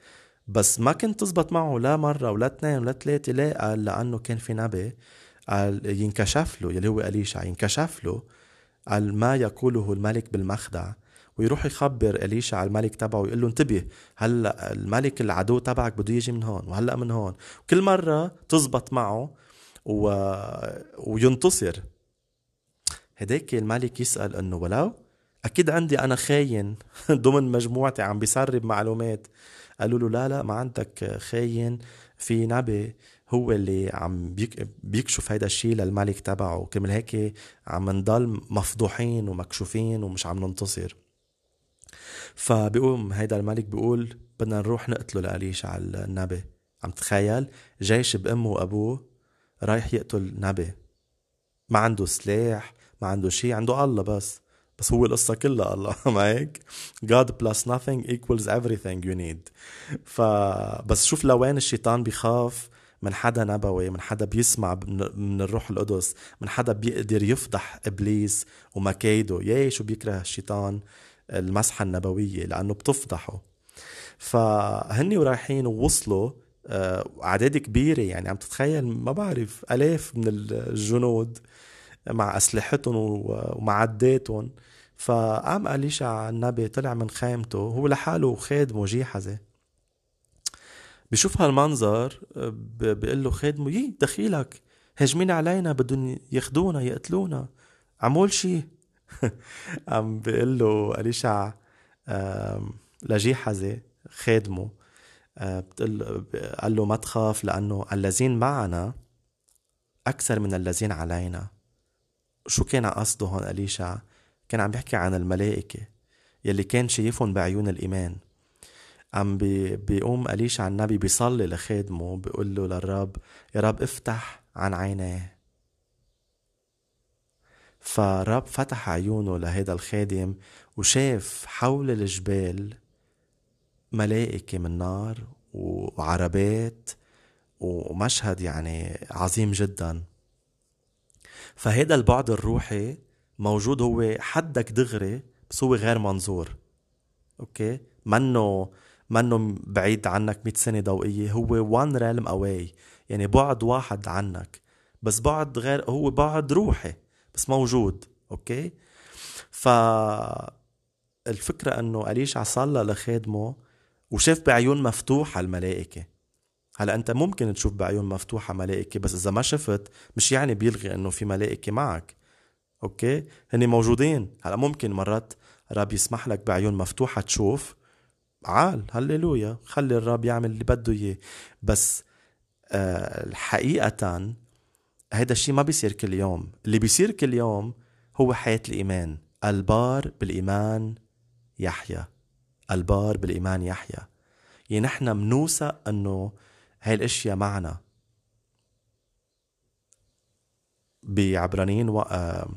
بس ما كنت تزبط معه لا مرة ولا اثنين ولا ثلاثة. ليه؟ قال لأنه كان في نبي قال ينكشف له، يلي هو أليشع، ينكشف له قال ما يقوله الملك بالمخدع، ويروح يخبر أليشع على الملك تبعه ويقول له انتبه هلا الملك العدو تبعك بده يجي من هون وهلا من هون. كل مرة تزبط معه و... وينتصر. هداك الملك يسأل انه ولو اكيد عندي انا خاين ضمن مجموعتي عم بيسرب معلومات. قالوا له لا لا ما عندك خاين، في نبي هو اللي عم بيك بيكشف هيدا الشيء للملك تبعه، كرمال هيك عم نضل مفضوحين ومكشوفين ومش عم ننتصر. فبيقوم هيدا الملك بيقول بدنا نروح نقتله لأليشع على النبي. عم تخيل جيش بأمه وأبوه رايح يقتل نبي، ما عنده سلاح ما عنده شيء، عنده الله بس. بس هو القصة كلها الله ما هيك؟ God plus nothing equals everything you need. فبس شوف لوين الشيطان بيخاف من حدا نبوي، من حدا بيسمع من الروح القدس، من حدا بيقدر يفضح إبليس ومكايده. ياي شو بيكره الشيطان المسحة النبوية لأنه بتفضحه. فهني ورايحين ووصلوا أعداد كبيرة، يعني عم تتخيل ما بعرف ألاف من الجنود مع أسلحتهم ومعداتهم. فقام أليشع النبي طلع من خيمته هو لحاله وخادمه جيحزة. بشوف هالمنظر بيقول له خادمه يي دخيلك هجمين علينا بدون ياخدونا يقتلونا عمول شي عم بيقول له أليشع لجيحزة خادمه قال له ما تخاف لأنه الذين معنا أكثر من الذين علينا. شو كان قصده هون أليشع؟ كان عم بيحكي عن الملائكة يلي كان شايفهم بعيون الإيمان. عم بي بيقوم أليشع النبي بيصلي لخادمه بيقول له للرب يا رب افتح عن عينيه. فرب فتح عيونه لهذا الخادم وشاف حول الجبال ملائكة من نار وعربات ومشهد يعني عظيم جدا. فهذا البعد الروحي موجود، هو حدك دغري بس هو غير منظور. اوكي منه منه بعيد عنك مئة سنة ضوئية، هو one realm away، يعني بعد واحد عنك بس بعد غير، هو بعد روحي بس موجود. اوكي فالفكرة انه أليشع صلى لخادمه وشاف بعيون مفتوحة الملائكة. هلا انت ممكن تشوف بعيون مفتوحة ملائكة، بس اذا ما شفت مش يعني بيلغي انه في ملائكة معك. اوكي هني موجودين. هلا ممكن مرات رب يسمح لك بعيون مفتوحة تشوف، عال هللويا، خلي الرب يعمل اللي بده اياه. بس آه الحقيقة هيدا الشيء ما بيصير كل يوم. اللي بيصير كل يوم هو حياة الإيمان. البار بالإيمان يحيا، البار بالإيمان يحيا. يعني نحن منوثق انه هاي الاشياء معنا. بعبرانيين و... آه...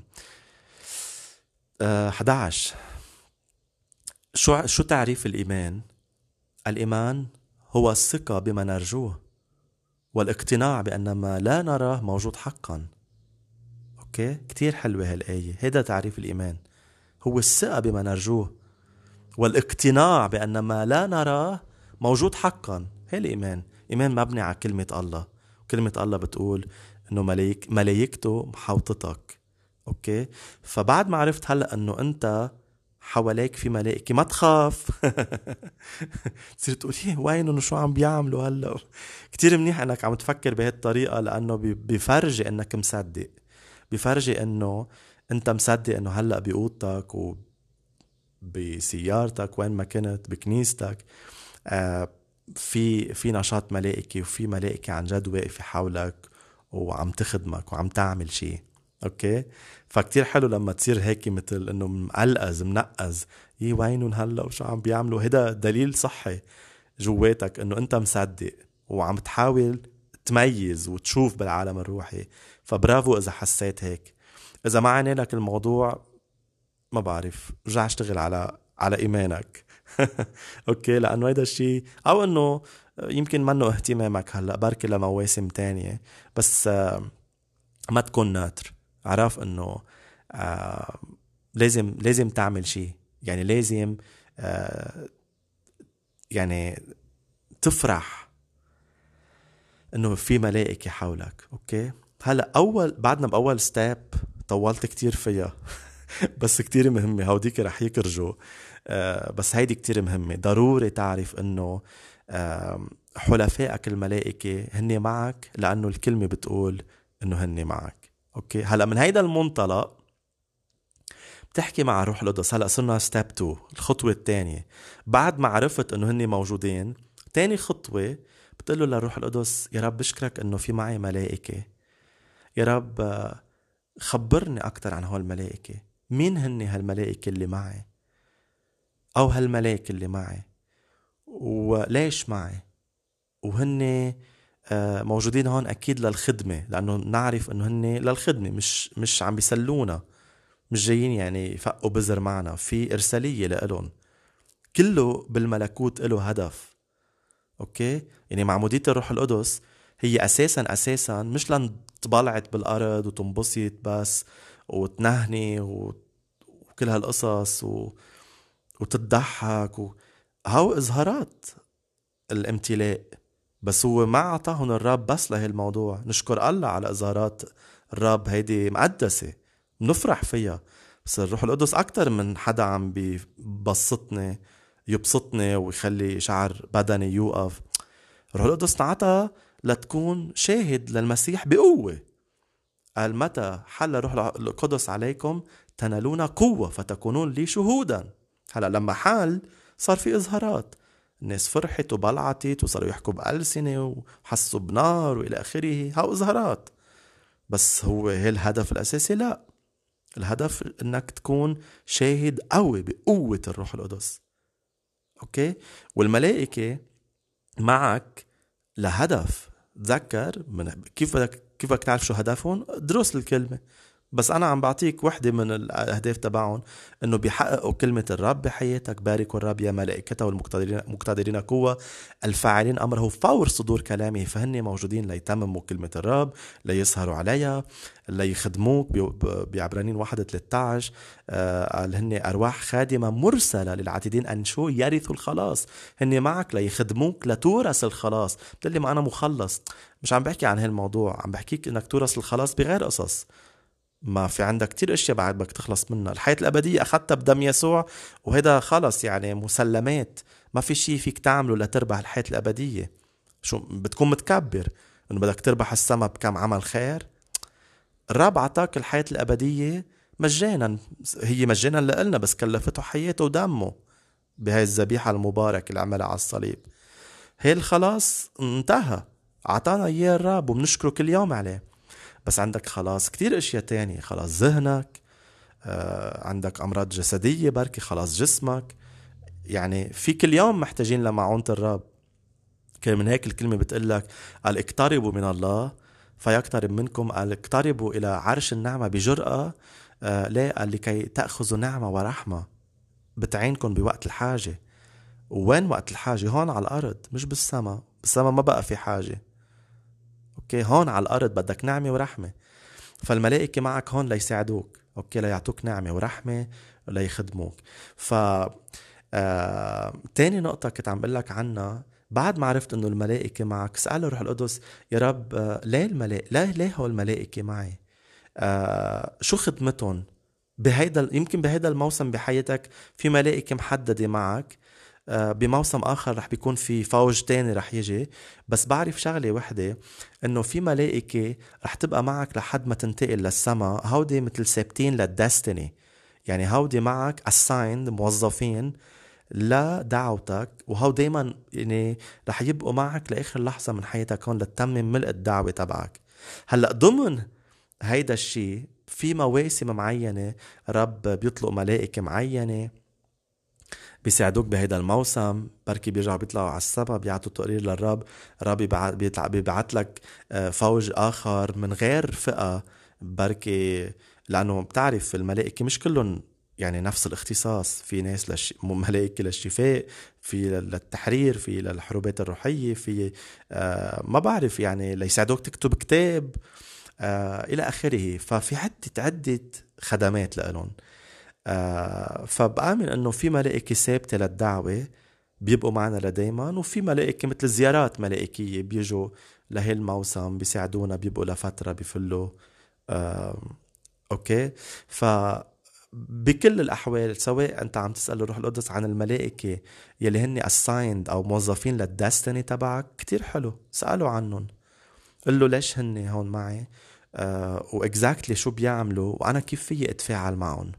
آه... أحد عشر شو شو تعريف الإيمان؟ الإيمان هو الثقة بما نرجوه والاقتناع بأن ما لا نراه موجود حقا. أوكي كتير حلوة هالآية. هذا تعريف الإيمان، هو الثقة بما نرجوه والاقتناع بأن ما لا نراه موجود حقا. هي الإيمان. إيمان مبني على كلمة الله، كلمة الله بتقول إنه ملايك ملايكته محوطتك. أوكي فبعد ما عرفت هلأ إنه أنت حواليك في ملائكة ما تخاف تصير تقول ايه وينهم شو عم بيعملوا هلا. كتير منيح انك عم تفكر بهذه الطريقة، لانه بيفرجي انك مصدق، بيفرجي انه انت مصدق انه هلا بأوضتك وبسيارتك وين ما كنت بكنيستك آه في في نشاط ملائكي، وفي ملائكة عن جد واقفة حولك وعم تخدمك وعم تعمل شيء. اوكي فكتير حلو لما تصير هيك مثل انه مقلقز منقز يي وينهم هلا وشو عم بيعملوا. هيدا دليل صحي جواتك انه انت مصدق وعم تحاول تميز وتشوف بالعالم الروحي. فبرافو اذا حسيت هيك. اذا ما عني لك الموضوع ما بعرف، رجع اشتغل على على ايمانك اوكي لانه هيدا الشيء، او انه يمكن منه اهتمامك هلا، بركي لمواسم تانية، بس ما تكون ناتر. عرف انه آه لازم لازم تعمل شيء، يعني لازم آه يعني تفرح انه في ملائكة حولك. اوكي هلا اول بعدنا باول ستيب، طولت كتير فيها بس كتير مهمة، هوديك رح يكرجوا. آه بس هيدي كتير مهمة، ضروري تعرف انه آه حلفائك الملائكة هن معك، لانه الكلمة بتقول انه هن معك. اوكي هلا من هيدا المنطلق بتحكي مع روح القدس. هلا صرنا ستيب اتنين، الخطوة الثانية. بعد ما عرفت انه هن موجودين، تاني خطوة بتقول له للروح القدس: يا رب بشكرك انه في معي ملائكة، يا رب آه خبرني اكتر عن هالملائكة، مين هن هالملائكة اللي معي، او هالملاك اللي معي، وليش معي، وهن موجودين هون اكيد للخدمة، لانه نعرف انه هن للخدمة، مش مش عم بيسلونا، مش جايين يعني يفقوا بزر معنا، في ارسالية لإلهم، كله بالملكوت له هدف. اوكي يعني معمودية الروح القدس هي اساسا اساسا مش لن تبلعت بالارض وتنبسط بس وتنهني وكل هالقصص و... وتضحك و... هاو إظهارات الامتلاء، بس هو ما عطاهن الرب بس لهي الموضوع. نشكر الله على إظهارات الرب، هيدي مقدسة نفرح فيها، بس الروح القدس أكتر من حدا عم بيبسطني يبسطني ويخلي شعر بدني يوقف. الروح القدس نعطى لتكون شاهد للمسيح بقوة. قال: متى حل روح القدس عليكم تنالون قوة فتكونون لي شهودا. هلا لما حال صار في إظهارات، الناس فرحت وبلعتت وصاروا يحكوا بألسنة وحسوا بنار وإلى آخره، هاو إظهارات. بس هو هي الهدف الأساسي؟ لا، الهدف إنك تكون شاهد قوي بقوة الروح القدس. أوكي والملائكة معك لهدف. تذكر من كيف بدك كيف بدك تعرف شو هدفهم؟ درس الكلمة. بس أنا عم بعطيك وحدة من الأهداف تبعهم، إنه بيحققوا كلمة الرب بحياتك. باركوا الرب يا ملائكته والمقتدرين مقتدرين قوة الفاعلين أمره فور صدور كلامه. فهن موجودين ليتمموا كلمة الرب، ليسهروا عليها، ليخدموك. بعبرانيين واحد ثلاثة عشر قال: هن أرواح خادمة مرسلة للعاتدين أن شو يرثوا الخلاص. هن معك ليخدموك لتورث الخلاص. بتقلي: ما أنا مخلص. مش عم بحكي عن هالموضوع، عم بحكيك إنك تورث الخلاص بغير قصص. ما في عندك كتير اشياء بعد بدك تخلص منها. الحياة الأبدية أخذتها بدم يسوع، وهذا خلص يعني مسلمات، ما في شيء فيك تعمله لتربح الحياة الأبدية. شو بتكون متكبر إنه بدك تربح السما بكم عمل خير؟ الرب عطاك الحياة الأبدية مجانا، هي مجانا لإلنا، بس كلفته حياته ودمه بهاي الذبيحة المباركة اللي عملها على الصليب. هي الخلاص انتهى، عطانا إياه الرب وبنشكره كل يوم عليه. بس عندك خلاص كتير اشياء تانية، خلاص ذهنك، آه عندك امراض جسدية، بركي خلاص جسمك. يعني في كل يوم محتاجين لمعونة الرب. كان من هيك الكلمة بتقلك: قال اقتربوا من الله فيقترب منكم. قال اقتربوا الى عرش النعمة بجرأة. آه ليه؟ قال لكي تأخذوا نعمة ورحمة بتعينكم بوقت الحاجة. وين وقت الحاجة؟ هون على الارض، مش بالسما. بالسما ما بقى في حاجة. اوكي هون على الارض بدك نعمة ورحمة. فالملائكة معك هون ليساعدوك، اوكي ليعطوك نعمة ورحمة ليخدموك. ف آه... تاني نقطة كنت عم بقلك عنها، بعد ما عرفت انه الملائكة معك، سأل روح القدس: يا رب آه... ليه الملائكة ليه ليه هو الملائكة معي؟ آه... شو خدمتهم بهيدا؟ يمكن بهيدا الموسم بحياتك في ملائكة محددة معك، بموسم آخر رح بيكون في فوج تاني رح يجي. بس بعرف شغلة وحدة، انه في ملائكة رح تبقى معك لحد ما تنتقل للسما. هودي مثل ثابتين للدستني، يعني هودي معك assigned، موظفين لدعوتك، وهو دايما يعني رح يبقوا معك لآخر لحظة من حياتك هون لتتمم ملء الدعوة تبعك. هلأ ضمن هيدا الشي في مواسم معينة رب بيطلق ملائكة معينة بيساعدوك بهيدا الموسم. بركي بيرجعوا بيطلعوا على السما بيعطوا تقرير للرب. الرب بيبعت لك فوج آخر من غير فئة، بركي لأنه بتعرف الملائكة مش كلهم يعني نفس الاختصاص. في ناس للش... ملائكة للشفاء، في للتحرير، في للحروبات الروحية، في آه ما بعرف يعني ليساعدوك تكتب كتاب آه إلى آخره. ففي عدة عدة خدمات لهم. آه فبآمن أنه في ملائكة ثابتة للدعوة بيبقوا معنا لديما، وفي ملائكة مثل زيارات ملائكية بيجوا لهي الموسم بيساعدونا، بيبقوا لفترة بيفلوا. آه، أوكي. فبكل الأحوال سواء أنت عم تسأل الروح القدس عن الملائكة يلي هن assigned أو موظفين للدستني تبعك، كتير حلو سألوا عنهم، قل له ليش هن هون معي، آه واكزاكتلي شو بيعملوا، وأنا كيف فيي أتفاعل معهم،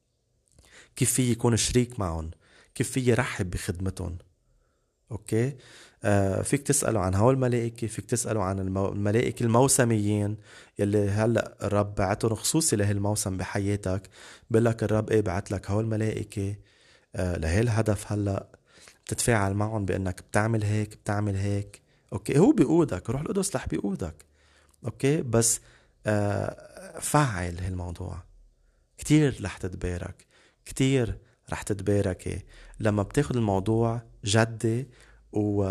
كيف فيي يكون شريك معهم، كيف فيي رحب بخدمتهم. اوكي. آه فيك تسألوا عن هول الملائكة، فيك تسألوا عن المو... الملائكة الموسميين يلي هلأ الرب بعتهم خصوصي لهي الموسم بحياتك. بقول لك الرب ايه بعت لك هول الملائكة آه لهي الهدف، هلأ تتفاعل معهم بأنك بتعمل هيك بتعمل هيك. اوكي. هو بيقودك، روح القدس رح بيقودك. اوكي. بس آه فعل هالموضوع، كتير رح تتبارك، كتير رح تتباركي لما بتاخد الموضوع جدي و...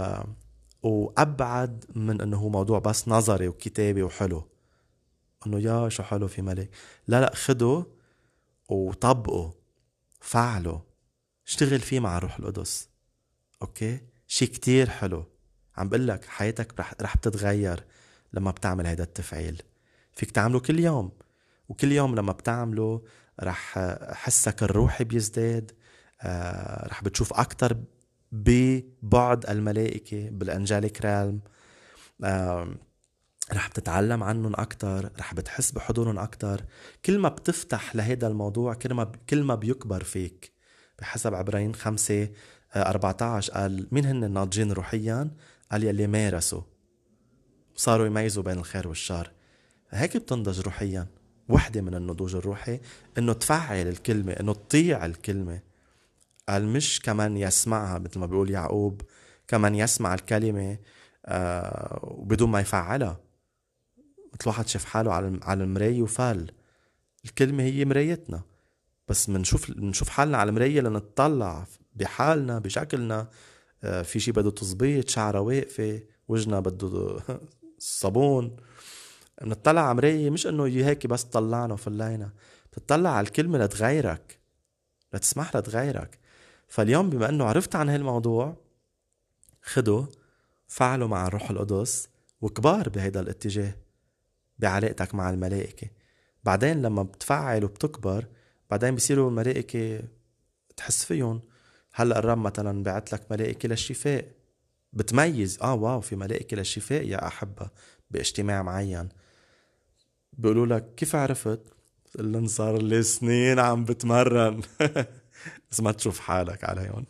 وأبعد من أنه هو موضوع بس نظري وكتابي وحلو، أنه يا شو حلو في ملك. لا لا، خده وطبقه، فعله، اشتغل فيه مع الروح القدس. أوكي. شي كتير حلو. عم بقلك حياتك رح, رح بتتغير لما بتعمل هيدا التفعيل. فيك تعمله كل يوم، وكل يوم لما بتعمله رح حسك الروحي بيزداد. آه رح بتشوف أكتر ببعد الملائكة بالأنجاليك رالم. آه رح بتتعلم عنهم أكتر، رح بتحس بحضورهم أكتر. كل ما بتفتح لهذا الموضوع كل ما كل ما بيكبر فيك. بحسب عبرين خمسة أربعة عشر قال مين هن الناضجين روحيا؟ قال يلي مارسوا وصاروا يميزوا بين الخير والشر. هيك بتنضج روحيا. وحدة من النضوج الروحي انه تفعل الكلمة، انه تطيع الكلمة. قال مش كمان يسمعها مثل ما بيقول يعقوب، كمان يسمع الكلمة آه وبدون ما يفعلها. مثل واحد شاف حاله على المراية وفال. الكلمة هي مرايتنا، بس منشوف منشوف حالنا على المراية لنتطلع بحالنا بشكلنا. آه في شي بده تظبيط، شعره واقفة، وجهنا بده صابون. بنطلع على مراية مش انه هيك بس طلعنا وفلينا، بتطلع على الكلمة لتغيرك، لتسمح لها تغيرك. فاليوم بما انه عرفت عن هالموضوع، خده فعله مع الروح القدس وكبار بهيدا الاتجاه بعلاقتك مع الملائكة. بعدين لما بتفعل وبتكبر، بعدين بيصيروا الملائكة تحس فيهم. هلأ الرب مثلا بعت لك ملائكة للشفاء، بتميز اه واو في ملائكة للشفاء يا أحبة باجتماع معين. بيقولوا لك كيف عرفت؟ اللي صار لي سنين عم بتمرن. بس ما تشوف حالك عليهم.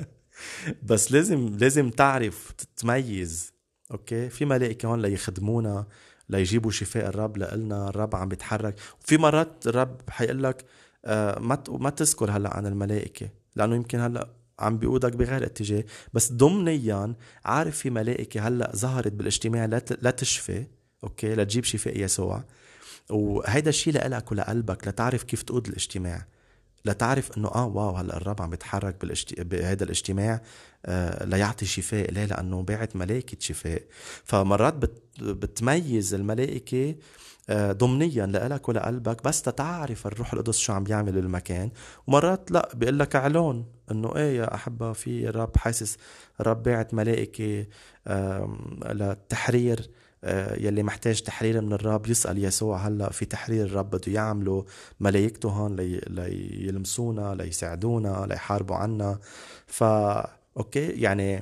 بس لازم لازم تعرف تتميز. اوكي. في ملائكة هون ليخدمونا، ليجيبوا شفاء الرب لقلنا. الرب عم بيتحرك. وفي مرات الرب حيقول لك آه ما ما تذكر هلا عن الملائكة، لانه يمكن هلا عم بيقودك بغير اتجاه. بس ضمنيا عارف في ملائكة هلا ظهرت بالاجتماع لا تشفي، اوكي، لتجيب شفاء يسوع. وهيدا الشيء لإلك ولقلبك لتعرف كيف تقود الاجتماع، لتعرف انه اه واو هلا الرب عم بيتحرك بالاشت... بهذا الاجتماع آه ليعطي شفاء. ليه؟ لانه باعت ملائكة شفاء. فمرات بت... بتميز الملائكة آه ضمنيا لإلك ولقلبك بس تتعرف الروح القدس شو عم بيعمل بالمكان. ومرات لا، بيقول لك اعلون انه ايه يا احبة في الرب، حاسس الرب باعت ملائكة آه للتحرير يلي محتاج تحرير من الرب. يسأل يسوع هلأ في تحرير الرب بده يعمله، ملايكته هون لي ليلمسونا ليساعدونا ليحاربوا عنا. فا أوكي يعني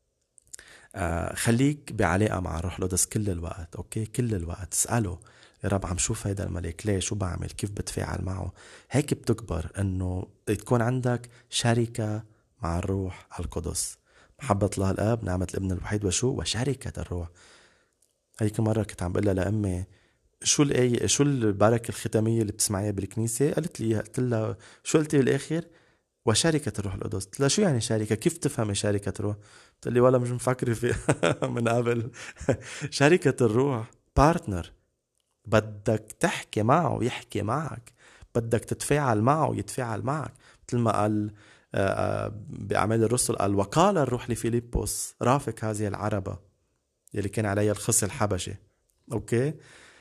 آه خليك بعلاقة مع الروح القدس كل الوقت. أوكي. كل الوقت اسأله يا رب عم شوف هيدا الملك ليه، شو بعمل، كيف بتفاعل معه. هيك بتكبر انه تكون عندك شركة مع الروح القدس. محبة الله الآب، نعمة الابن الوحيد، وشو وشركة الروح. هيك مرة كنت عم بقولها لأمي شو الآية، شو البركة الختامية اللي بتسمعيها بالكنيسة؟ قالت لي قلت لها شو قلتي بالآخر؟ وشركة الروح القدس. قلت لها شو يعني شركة؟ كيف تفهمي شركة الروح؟ قلت لي ولا مش مفكرة فيها من قبل. شركة الروح بارتنر، بدك تحكي معه ويحكي معك، بدك تتفاعل معه ويتفاعل معك. مثل ما قال بأعمال الرسل، قال وقال الروح لفيليبوس رافق هذه العربة يلي كان عليها الخص الحبشي. اوكي.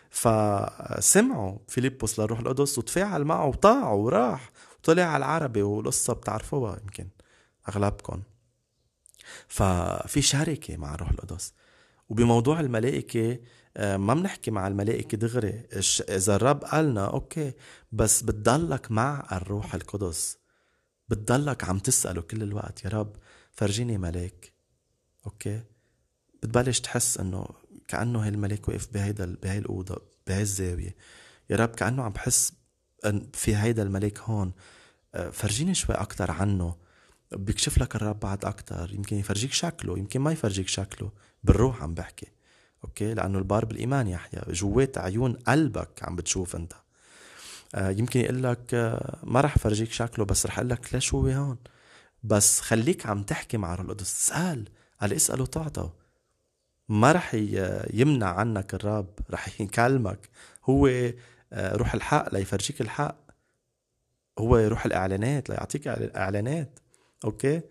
فسمعوا فيليبوس للروح القدس وتفاعل معه وطاعوا وراح وطلع على العربي، والقصة بتعرفوها يمكن اغلبكم. ففي شركة مع الروح القدس. وبموضوع الملائكة ما بنحكي مع الملائكة دغري، إذا الرب قالنا أوكي، بس بتضلك مع الروح القدس، بتضلك عم تسأله كل الوقت، يا رب فرجيني ملاك. أوكي، بتبلش تحس أنه كأنه هالملاك وقف بهيدا بهاي الأوضة بهاي الزاوية، يا رب كأنه عم بحس في هيدا الملاك هون، فرجيني شوي أكتر عنه. بيكشف لك الرب بعد أكتر، يمكن يفرجيك شكله، يمكن ما يفرجيك شكله، بالروح عم بحكي. أوكي، لأنه البار بالإيمان يحيى، جوات عيون قلبك عم بتشوف أنت. آه يمكن يقول لك آه ما رح فرجيك شكله، بس رح أقول لك ليش هو هون، بس خليك عم تحكي مع روح القدس. اسأل، قال اسأله تعطى، ما رح يمنع عنك الرب، رح يكلمك. هو آه روح الحق ليفرجيك الحق، هو روح الإعلانات ليعطيك إعلانات. أوكي،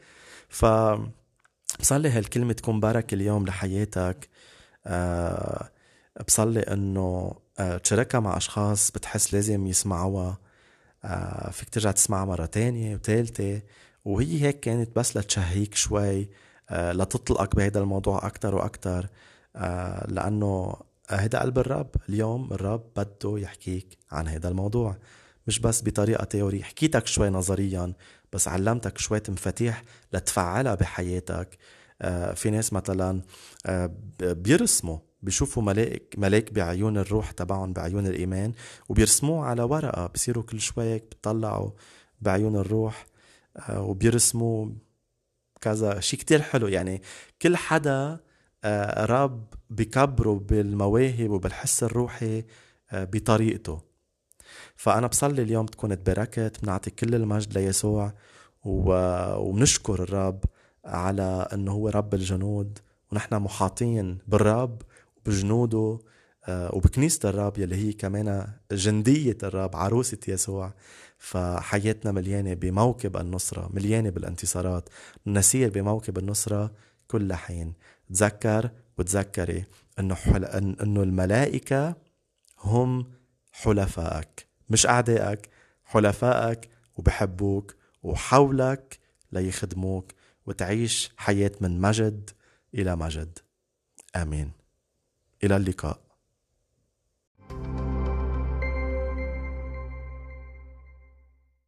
فبصلي هالكلمة تكون بركة اليوم لحياتك. أه بصلي انه أه تشاركها مع اشخاص بتحس لازم يسمعوها. أه فيك ترجع تسمعها مرة تانية وثالثة، وهي هيك كانت بس لتشهيك شوي، أه لتطلقك بهذا الموضوع اكتر واكتر. أه لانه هيدا قلب الرب. اليوم الرب بده يحكيك عن هذا الموضوع، مش بس بطريقة تيوري. حكيتك شوي نظريا، بس علمتك شوية مفاتيح لتفعلها بحياتك. آه في ناس مثلا آه بيرسموا، بيشوفوا ملاك ملاك بعيون الروح تبعهم، بعيون الإيمان، وبيرسموه على ورقة، بصيروا كل شوية بيطلعوا بعيون الروح آه وبيرسموا كذا شيء كتير حلو. يعني كل حدا آه رب بيكبره بالمواهب وبالحس الروحي آه بطريقته. فأنا بصلي اليوم تكون تباركت، بنعطي كل المجد ليسوع وبنشكر الرب على أنه هو رب الجنود، ونحن محاطين بالرب وبجنوده وبكنيسة الرب يلي هي كمان جندية الرب، عروسة يسوع. فحياتنا مليانة بموكب النصرة، مليانة بالانتصارات، نسير بموكب النصرة كل حين. تذكر وتذكري أنه, حل... أنه الملائكة هم حلفائك مش أعدائك، حلفائك وبحبوك وحولك ليخدموك، وتعيش حياة من مجد إلى مجد. آمين. إلى اللقاء.